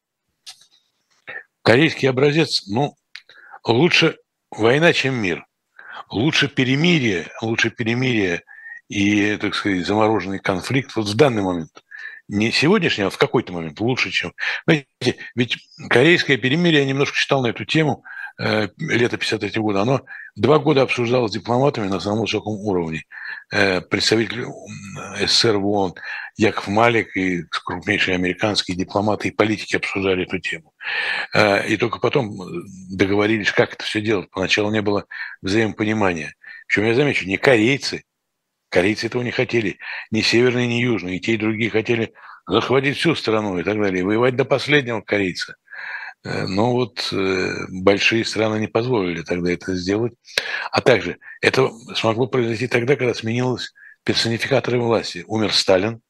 корейский образец, ну, лучше война, чем мир. Лучше перемирие и, так сказать, замороженный конфликт вот в данный момент. Не сегодняшний, а в какой-то момент лучше, чем... Знаете, ведь корейское перемирие, я немножко читал на эту тему, лето 53 года, оно 2 года обсуждалось дипломатами на самом высоком уровне. Представитель СССР в ООН Яков Малик и крупнейшие американские дипломаты и политики обсуждали эту тему. И только потом договорились, как это все делать. Поначалу не было взаимопонимания. Причем я замечу, не корейцы этого не хотели, ни северные, ни южные, и те, и другие хотели захватить всю страну и так далее, воевать до последнего корейца. Но вот большие страны не позволили тогда это сделать. А также это смогло произойти тогда, когда сменилось персонификаторы власти. Умер Сталин,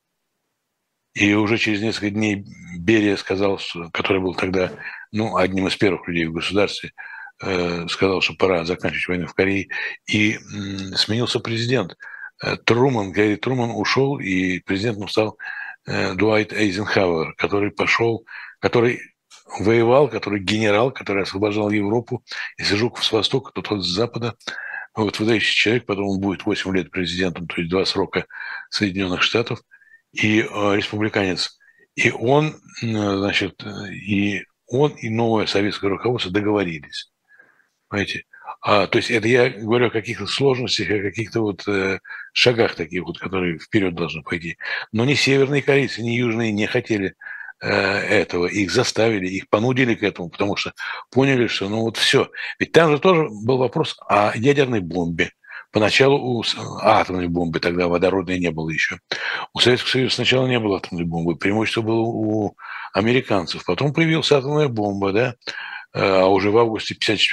и уже через несколько дней Берия сказал, который был тогда одним из первых людей в государстве, сказал, что пора заканчивать войну в Корее, и сменился президент. Гарри Труман ушел, и президентом стал Дуайт Эйзенхауэр, который воевал, который генерал, который освобождал Европу, если Жуков с востока, то тот с запада. Вот выдающийся человек, потом он будет 8 лет президентом, то есть 2 срока Соединенных Штатов, и республиканец. И он, значит, и новое советское руководство договорились. Понимаете? То есть это я говорю о каких-то сложностях, о каких-то вот шагах таких вот, которые вперед должны пойти. Но ни северные корейцы, ни южные не хотели этого. Их заставили, их понудили к этому, потому что поняли, что ну вот все. Ведь там же тоже был вопрос о ядерной бомбе. Поначалу атомной бомбы, тогда водородной не было еще. У Советского Союза сначала не было атомной бомбы, преимущество было у американцев. Потом появилась атомная бомба, да, а уже в августе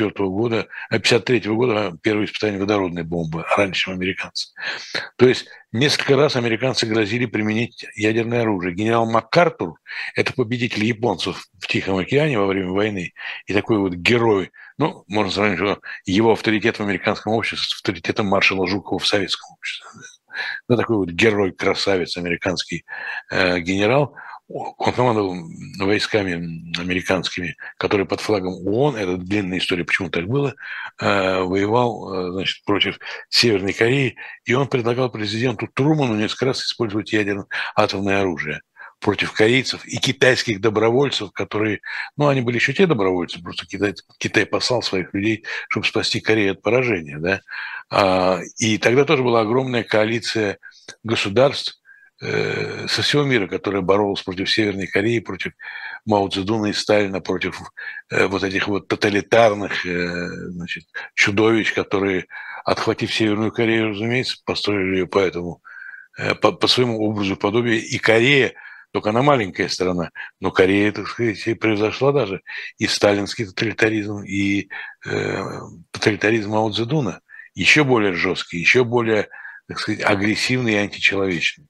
53 года первое испытание водородной бомбы, раньше, чем американцы. То есть несколько раз американцы грозили применить ядерное оружие. Генерал МакАртур, это победитель японцев в Тихом океане во время войны, и такой вот герой, можно сравнить, что его авторитет в американском обществе с авторитетом маршала Жукова в советском обществе. Такой вот герой, красавец, американский генерал. он командовал войсками американскими, которые под флагом ООН, это длинная история, почему так было, воевал, значит, против Северной Кореи, и он предлагал президенту Труману несколько раз использовать атомное оружие против корейцев и китайских добровольцев, которые, ну, они были еще те добровольцы, просто Китай послал своих людей, чтобы спасти Корею от поражения, да. И тогда тоже была огромная коалиция государств со всего мира, которая боролась против Северной Кореи, против Мао Цзэдуна и Сталина, против вот этих вот тоталитарных, значит, чудовищ, которые, отхватив Северную Корею, разумеется, построили ее по своему образу подобию. И Корея, только она маленькая страна, но Корея, так сказать, превзошла даже и сталинский тоталитаризм, и тоталитаризм Мао Цзэдуна. Еще более жесткий, еще более, так сказать, агрессивный и античеловечный.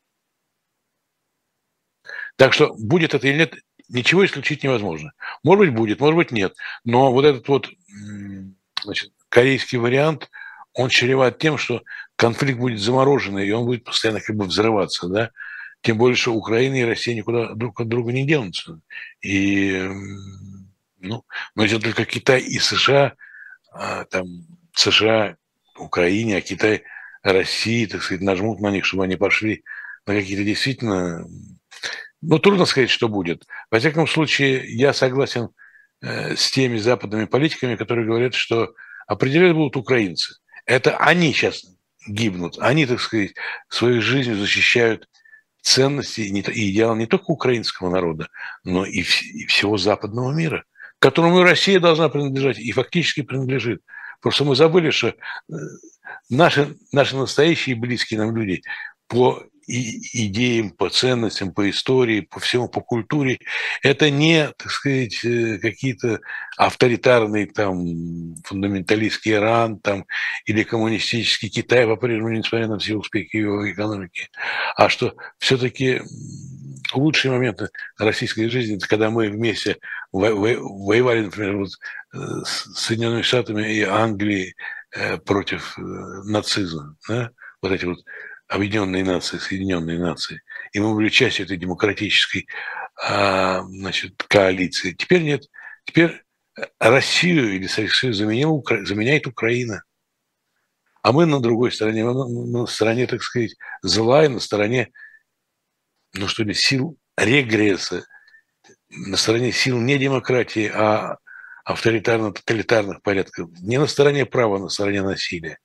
Так что будет это или нет, ничего исключить невозможно. Может быть, будет, может быть, нет. Но вот этот вот, значит, корейский вариант, он чреват тем, что конфликт будет замороженный, и он будет постоянно как бы взрываться, да. Тем более, что Украина и Россия никуда друг от друга не денутся. И, ну, но если только Китай и США, там, США Украине, а Китай России, так сказать, нажмут на них, чтобы они пошли на какие-то действительно... Ну, трудно сказать, что будет. Во всяком случае, я согласен с теми западными политиками, которые говорят, что определять будут украинцы. Это они сейчас гибнут. Они, так сказать, своей жизнью защищают ценности и идеалы не только украинского народа, но и всего западного мира, которому и Россия должна принадлежать, и фактически принадлежит. Просто мы забыли, что наши настоящие близкие нам люди по идеям, по ценностям, по истории, по всему, по культуре, это не, так сказать, какие-то авторитарные там фундаменталистский Иран там, или коммунистический Китай, по-прежнему, несмотря на все успехи его экономики, а что все-таки лучшие моменты российской жизни, это когда мы вместе воевали, например, вот, с Соединенными Штатами и Англией против нацизма, да? Вот эти вот Объединенные Нации, Соединенные Нации. И мы были частью этой демократической, значит, коалиции. Теперь нет. Теперь Россию или Советский Союз заменяет Украина. А мы на другой стороне, на стороне, так сказать, зла и на стороне, ну что ли, сил регресса, на стороне сил не демократии, а авторитарно-тоталитарных порядков. Не на стороне права, а на стороне насилия.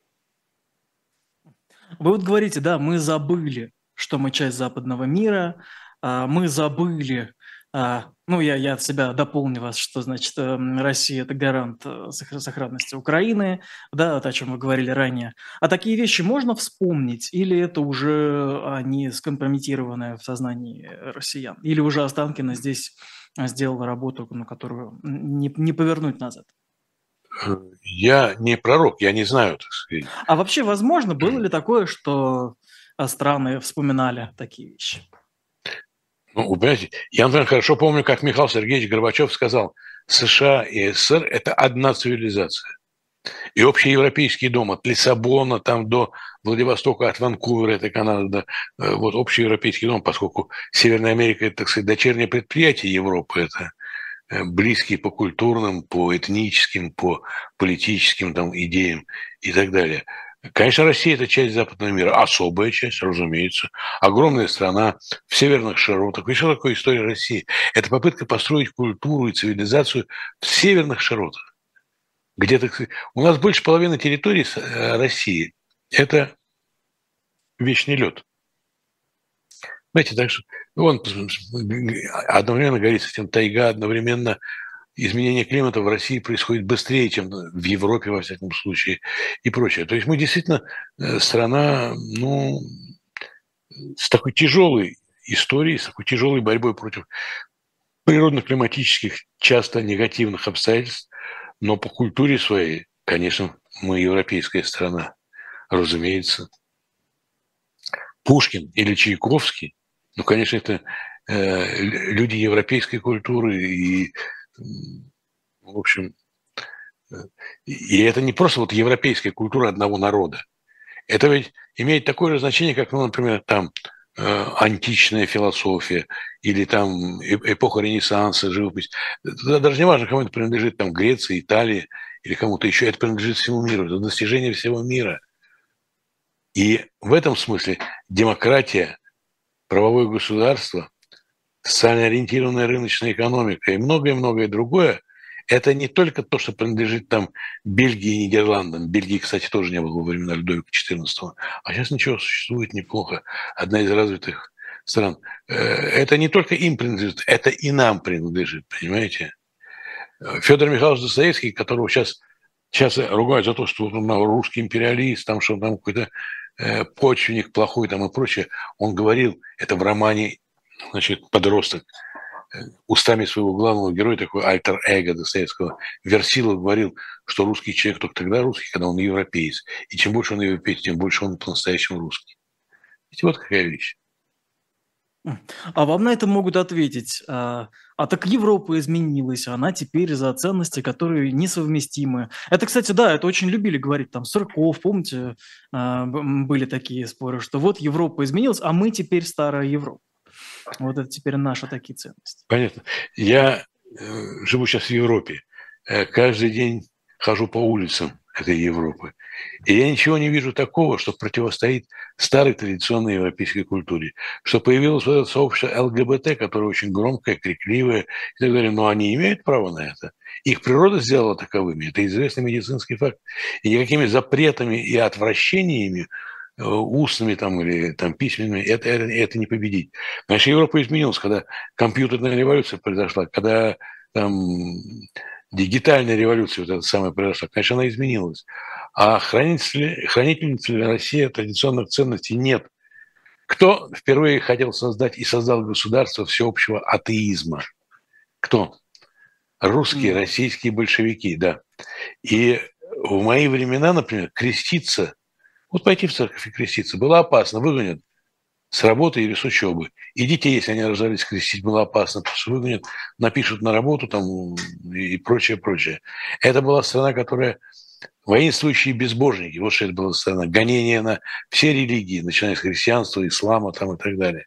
Вы вот говорите, да, мы забыли, что мы часть западного мира, мы забыли, ну, я от себя дополню вас, что, значит, Россия – это гарант сохранности Украины, да, вот о чем вы говорили ранее. А такие вещи можно вспомнить, или это уже они скомпрометированы в сознании россиян? Или уже Останкино здесь сделала работу, ну, которую не повернуть назад? Я не пророк, я не знаю, так сказать. А вообще, возможно, было ли такое, что страны вспоминали такие вещи? Ну, вы понимаете, я, например, хорошо помню, как Михаил Сергеевич Горбачев сказал, США и СССР – это одна цивилизация. И общеевропейский дом от Лиссабона там, до Владивостока, от Ванкувера, это Канада, да, вот общеевропейский дом, поскольку Северная Америка – это, так сказать, дочернее предприятие Европы, это близкие по культурным, по этническим, по политическим там, идеям и так далее. Конечно, Россия – это часть западного мира, особая часть, разумеется. Огромная страна в северных широтах. И что такое история России? Это попытка построить культуру и цивилизацию в северных широтах. Где, так сказать, у нас больше половины территории России – это вечный лед. Знаете, так что вон, одновременно горит совсем тайга, одновременно изменение климата в России происходит быстрее, чем в Европе, во всяком случае, и прочее. То есть мы действительно страна, ну, с такой тяжелой историей, с такой тяжелой борьбой против природно-климатических, часто негативных обстоятельств, но по культуре своей, конечно, мы европейская страна, разумеется. Пушкин или Чайковский, ну, конечно, это люди европейской культуры, и, в общем, и это не просто вот европейская культура одного народа. Это ведь имеет такое же значение, как, ну, например, там античная философия или там эпоха Ренессанса, живопись. Даже не важно, кому это принадлежит, там Греции, Италии или кому-то еще, это принадлежит всему миру, это достижение всего мира. И в этом смысле демократия, правовое государство, социально ориентированная рыночная экономика и многое-многое другое, это не только то, что принадлежит там Бельгии и Нидерландам. Бельгии, кстати, тоже не было во времена Людовика XIV. А сейчас ничего, существует неплохо. Одна из развитых стран. Это не только им принадлежит, это и нам принадлежит, понимаете? Федор Михайлович Достоевский, которого сейчас ругают за то, что он русский империалист, там, что он там какой-то почвенник плохой там и прочее, он говорил, это в романе, значит, «Подросток», устами своего главного героя, такой альтер-эго Достоевского, Версилов говорил, что русский человек только тогда русский, когда он европеец. И чем больше он европеец, тем больше он по-настоящему русский. Видите, вот какая вещь. А вам на это могут ответить, так Европа изменилась, она теперь за ценности, которые несовместимы. Это, кстати, да, это очень любили говорить, там, Сурков, помните, были такие споры, что вот Европа изменилась, а мы теперь старая Европа. Вот это теперь наши такие ценности. Понятно. Я живу сейчас в Европе. Каждый день хожу по улицам этой Европы. И я ничего не вижу такого, что противостоит старой традиционной европейской культуре. Что появилось вот это сообщество ЛГБТ, которое очень громкое, крикливое и так далее. Но они имеют право на это. Их природа сделала таковыми. Это известный медицинский факт. И никакими запретами и отвращениями устными там, или там, письменными, это не победить. Значит, Европа изменилась, когда компьютерная революция произошла, когда там дигитальная революция вот эта самая произошла, конечно, она изменилась. А хранительницы России традиционных ценностей нет. Кто впервые хотел создать и создал государство всеобщего атеизма? Кто? Русские, российские большевики, да. И в мои времена, например, креститься, вот пойти в церковь и креститься было опасно, выгонят с работы или с учебы. И детей, если они рождались, крестить было опасно, потому что выгонят, напишут на работу там и прочее, прочее. Это была страна, которая воинствующие безбожники, вот что это была страна, гонение на все религии, начиная с христианства, ислама там и так далее.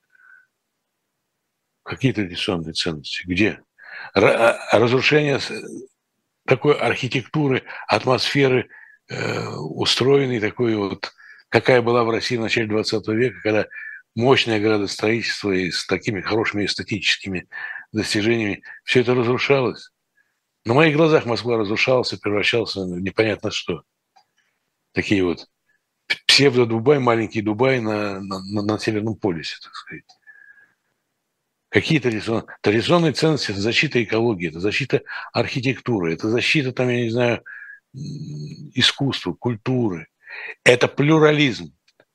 Какие традиционные ценности? Где? Разрушение такой архитектуры, атмосферы, устроенной такой вот, какая была в России в начале 20 века, когда мощное градостроительство и с такими хорошими эстетическими достижениями, все это разрушалось. На моих глазах Москва разрушалась и превращалась в непонятно что. Такие вот псевдо-Дубай, маленький Дубай на Северном полюсе, так сказать. Какие традиционные ценности? Это защита экологии, это защита архитектуры, это защита, там, я не знаю, искусства, культуры. Это плюрализм.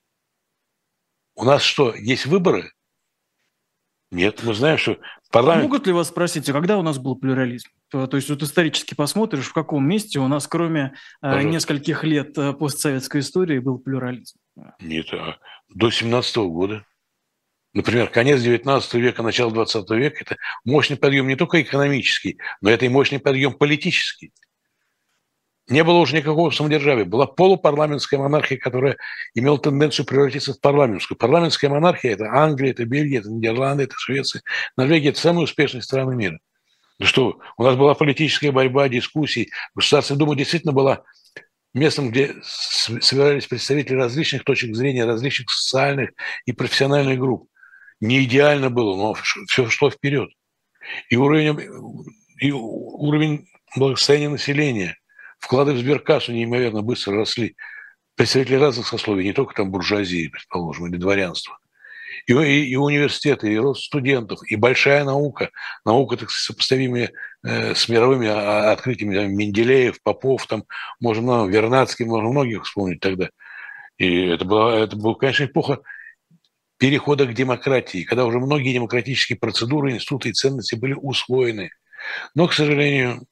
У нас что, есть выборы? Нет, мы знаем, что парламент... Могут ли вас спросить, а когда у нас был плюрализм? То есть вот исторически посмотришь, в каком месте у нас, кроме нескольких лет постсоветской истории, был плюрализм? Нет, до 17-го года. Например, конец 19 века, начало 20 века – это мощный подъем не только экономический, но это и мощный подъем политический. Не было уже никакого самодержавия. Была полупарламентская монархия, которая имела тенденцию превратиться в парламентскую. Парламентская монархия – это Англия, это Бельгия, это Нидерланды, это Швеция. Норвегия – это самые успешные страны мира. Ну что, у нас была политическая борьба, дискуссии. Государственная дума действительно была местом, где собирались представители различных точек зрения, различных социальных и профессиональных групп. Не идеально было, но все шло вперед. И уровень благосостояния населения, вклады в сберкассу неимоверно быстро росли. Представители разных сословий, не только там буржуазии, предположим, или дворянства. И университеты, и рост студентов, и большая наука, так сказать, сопоставимая с мировыми открытиями, там, Менделеев, Попов, там, можно Вернадский, можно многих вспомнить тогда. И это была, конечно, эпоха перехода к демократии, когда уже многие демократические процедуры, институты и ценности были усвоены. Но, к сожалению,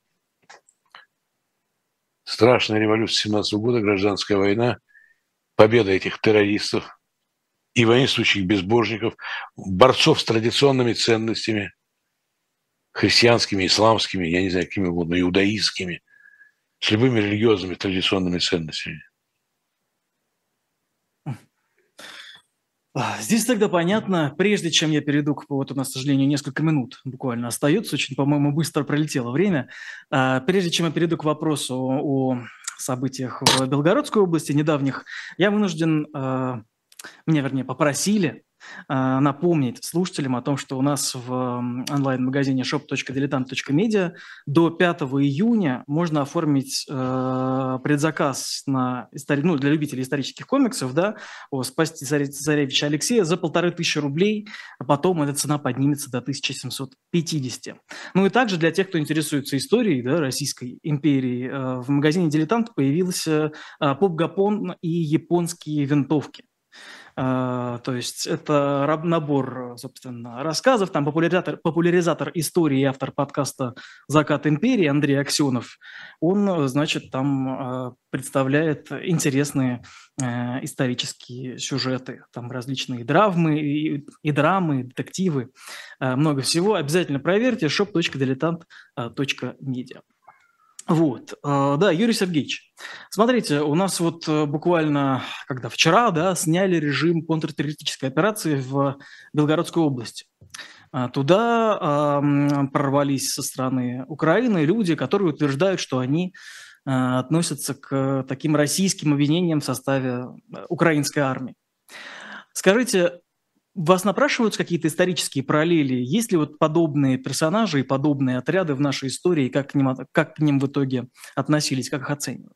страшная революция 17 года, гражданская война, победа этих террористов и воинствующих безбожников, борцов с традиционными ценностями, христианскими, исламскими, я не знаю, какими угодно, иудаистскими, с любыми религиозными традиционными ценностями. Здесь тогда понятно, прежде чем я перейду к... Вот у нас, к сожалению, несколько минут буквально остается, очень, по-моему, быстро пролетело время. Прежде чем я перейду к вопросу о событиях в Белгородской области недавних, я вынужден, меня, вернее, попросили напомнить слушателям о том, что у нас в онлайн-магазине shop.diletant.media до 5 июня можно оформить предзаказ на для любителей исторических комиксов, да, о «Спасти царевича Алексея» за 1500 рублей, а потом эта цена поднимется до 1750. Ну и также для тех, кто интересуется историей, да, Российской империи, в магазине «Дилетант» появился поп-гапон и японские винтовки. То есть это набор, собственно, рассказов, там популяризатор истории и автор подкаста «Закат империи» Андрей Аксенов, он, значит, там представляет интересные исторические сюжеты, там различные драмы, и драмы, детективы, много всего. Обязательно проверьте shop.diletant.media. Вот, да, Юрий Сергеевич, смотрите, у нас вот буквально, когда вчера, да, сняли режим контртеррористической операции в Белгородской области. Туда прорвались со стороны Украины люди, которые утверждают, что они относятся к таким российским обвинениям в составе украинской армии. Скажите, вас напрашиваются какие-то исторические параллели? Есть ли вот подобные персонажи и подобные отряды в нашей истории? Как к ним в итоге относились, как их оценивают?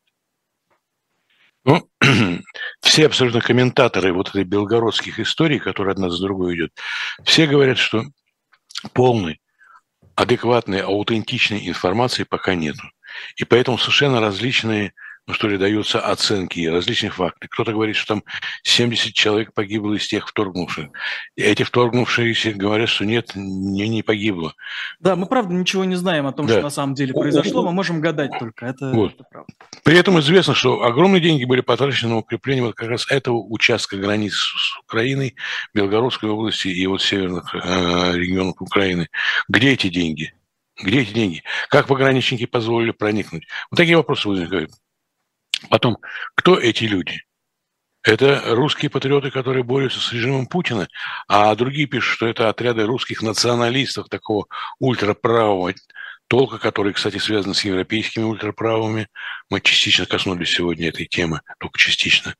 Ну, все абсолютно комментаторы вот этой белгородских историй, которые одна за другой идет, все говорят, что полной, адекватной, аутентичной информации пока нету. И поэтому совершенно различные, даются оценки, различные факты. Кто-то говорит, что там 70 человек погибло из тех вторгнувших. И эти вторгнувшиеся говорят, что нет, не погибло. Да, мы, правда, ничего не знаем о том, что на самом деле произошло, мы можем гадать только, это правда. При этом известно, что огромные деньги были потрачены на укрепление вот как раз этого участка границы с Украиной, Белгородской области и вот северных регионов Украины. Где эти деньги? Где эти деньги? Как пограничники позволили проникнуть? Вот такие вопросы возникают. Потом, кто эти люди? Это русские патриоты, которые борются с режимом Путина, а другие пишут, что это отряды русских националистов, такого ультраправого толка, который, кстати, связан с европейскими ультраправыми. Мы частично коснулись сегодня этой темы, только частично.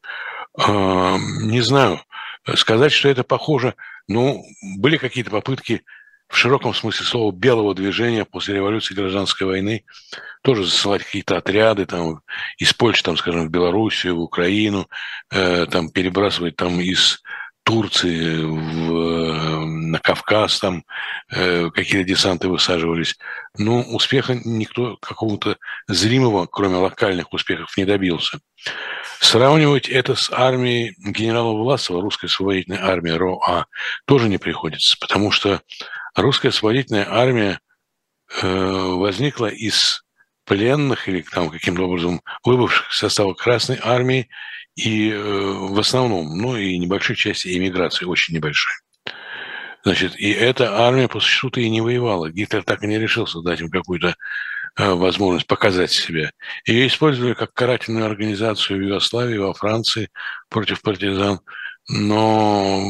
Не знаю, сказать, что это похоже, были какие-то попытки в широком смысле слова белого движения после революции гражданской войны тоже засылать какие-то отряды там, из Польши, там, скажем, в Белоруссию, в Украину, там, перебрасывать там, из Турции на Кавказ, там какие-то десанты высаживались. Но успеха никто какого-то зримого, кроме локальных успехов, не добился. Сравнивать это с армией генерала Власова, русской освободительной армии РОА, тоже не приходится, потому что русская освободительная армия возникла из пленных или там каким-то образом выбывших из состава Красной армии и в основном, и небольшой части эмиграции, очень небольшой. Значит, и эта армия по существу-то и не воевала. Гитлер так и не решился дать им какую-то возможность показать себя. Ее использовали как карательную организацию в Югославии, во Франции против партизан. Но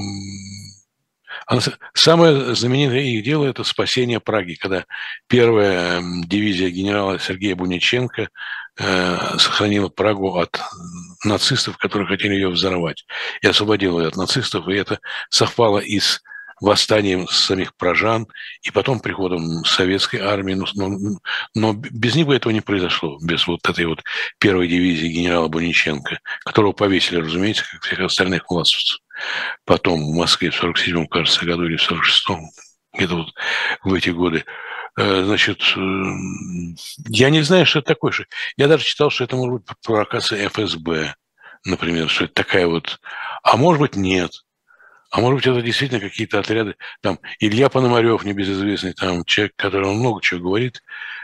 самое знаменитое их дело – это спасение Праги, когда первая дивизия генерала Сергея Буниченко сохранила Прагу от нацистов, которые хотели ее взорвать, и освободила ее от нацистов, и это совпало и с восстанием самих пражан, и потом приходом советской армии. Но без них бы этого не произошло, без вот этой вот первой дивизии генерала Буниченко, которого повесили, разумеется, как всех остальных власовцев. Потом в Москве в 47-м, кажется, году или в 46-м, где-то вот в эти годы. Значит, я не знаю, что это такое. Я даже читал, что это может быть провокация ФСБ, например, что это такая вот... А может быть, нет. А может быть, это действительно какие-то отряды. Там Илья Пономарев, небезызвестный там человек, который много чего говорит.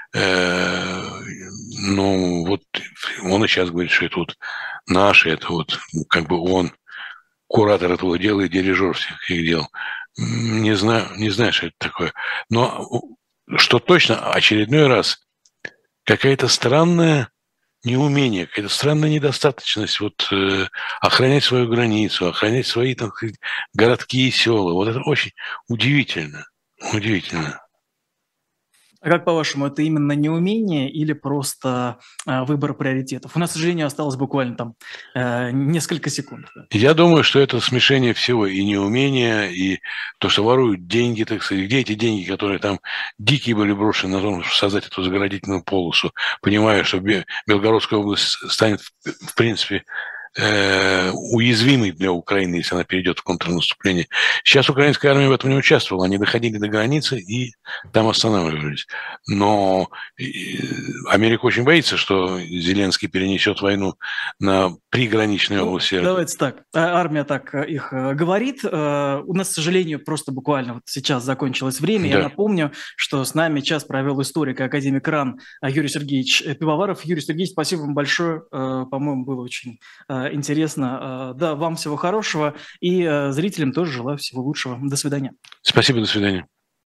Вот он и сейчас говорит, что это вот наши, это вот как бы он куратор этого дела и дирижер всех их дел. Не знаю, что это такое. Но что точно, очередной раз какая-то странная неумение, какая-то странная недостаточность охранять свою границу, охранять свои, так сказать, городки и села. Вот это очень удивительно. Удивительно. А как по-вашему, это именно неумение или просто выбор приоритетов? У нас, к сожалению, осталось буквально там несколько секунд. Я думаю, что это смешение всего, и неумения, и то, что воруют деньги, так сказать. Где эти деньги, которые там дикие были брошены на то, чтобы создать эту заградительную полосу, понимая, что Белгородская область станет, в принципе, уязвимой для Украины, если она перейдет в контрнаступление. Сейчас украинская армия в этом не участвовала. Они доходили до границы и там останавливались. Но Америка очень боится, что Зеленский перенесет войну на приграничные области. Давайте так. Армия так их говорит. У нас, к сожалению, просто буквально вот сейчас закончилось время. Да. Я напомню, что с нами час провел историк и академик РАН Юрий Сергеевич Пивоваров. Юрий Сергеевич, спасибо вам большое. По-моему, было очень интересно. Да, вам всего хорошего. И зрителям тоже желаю всего лучшего. До свидания. Спасибо, до свидания.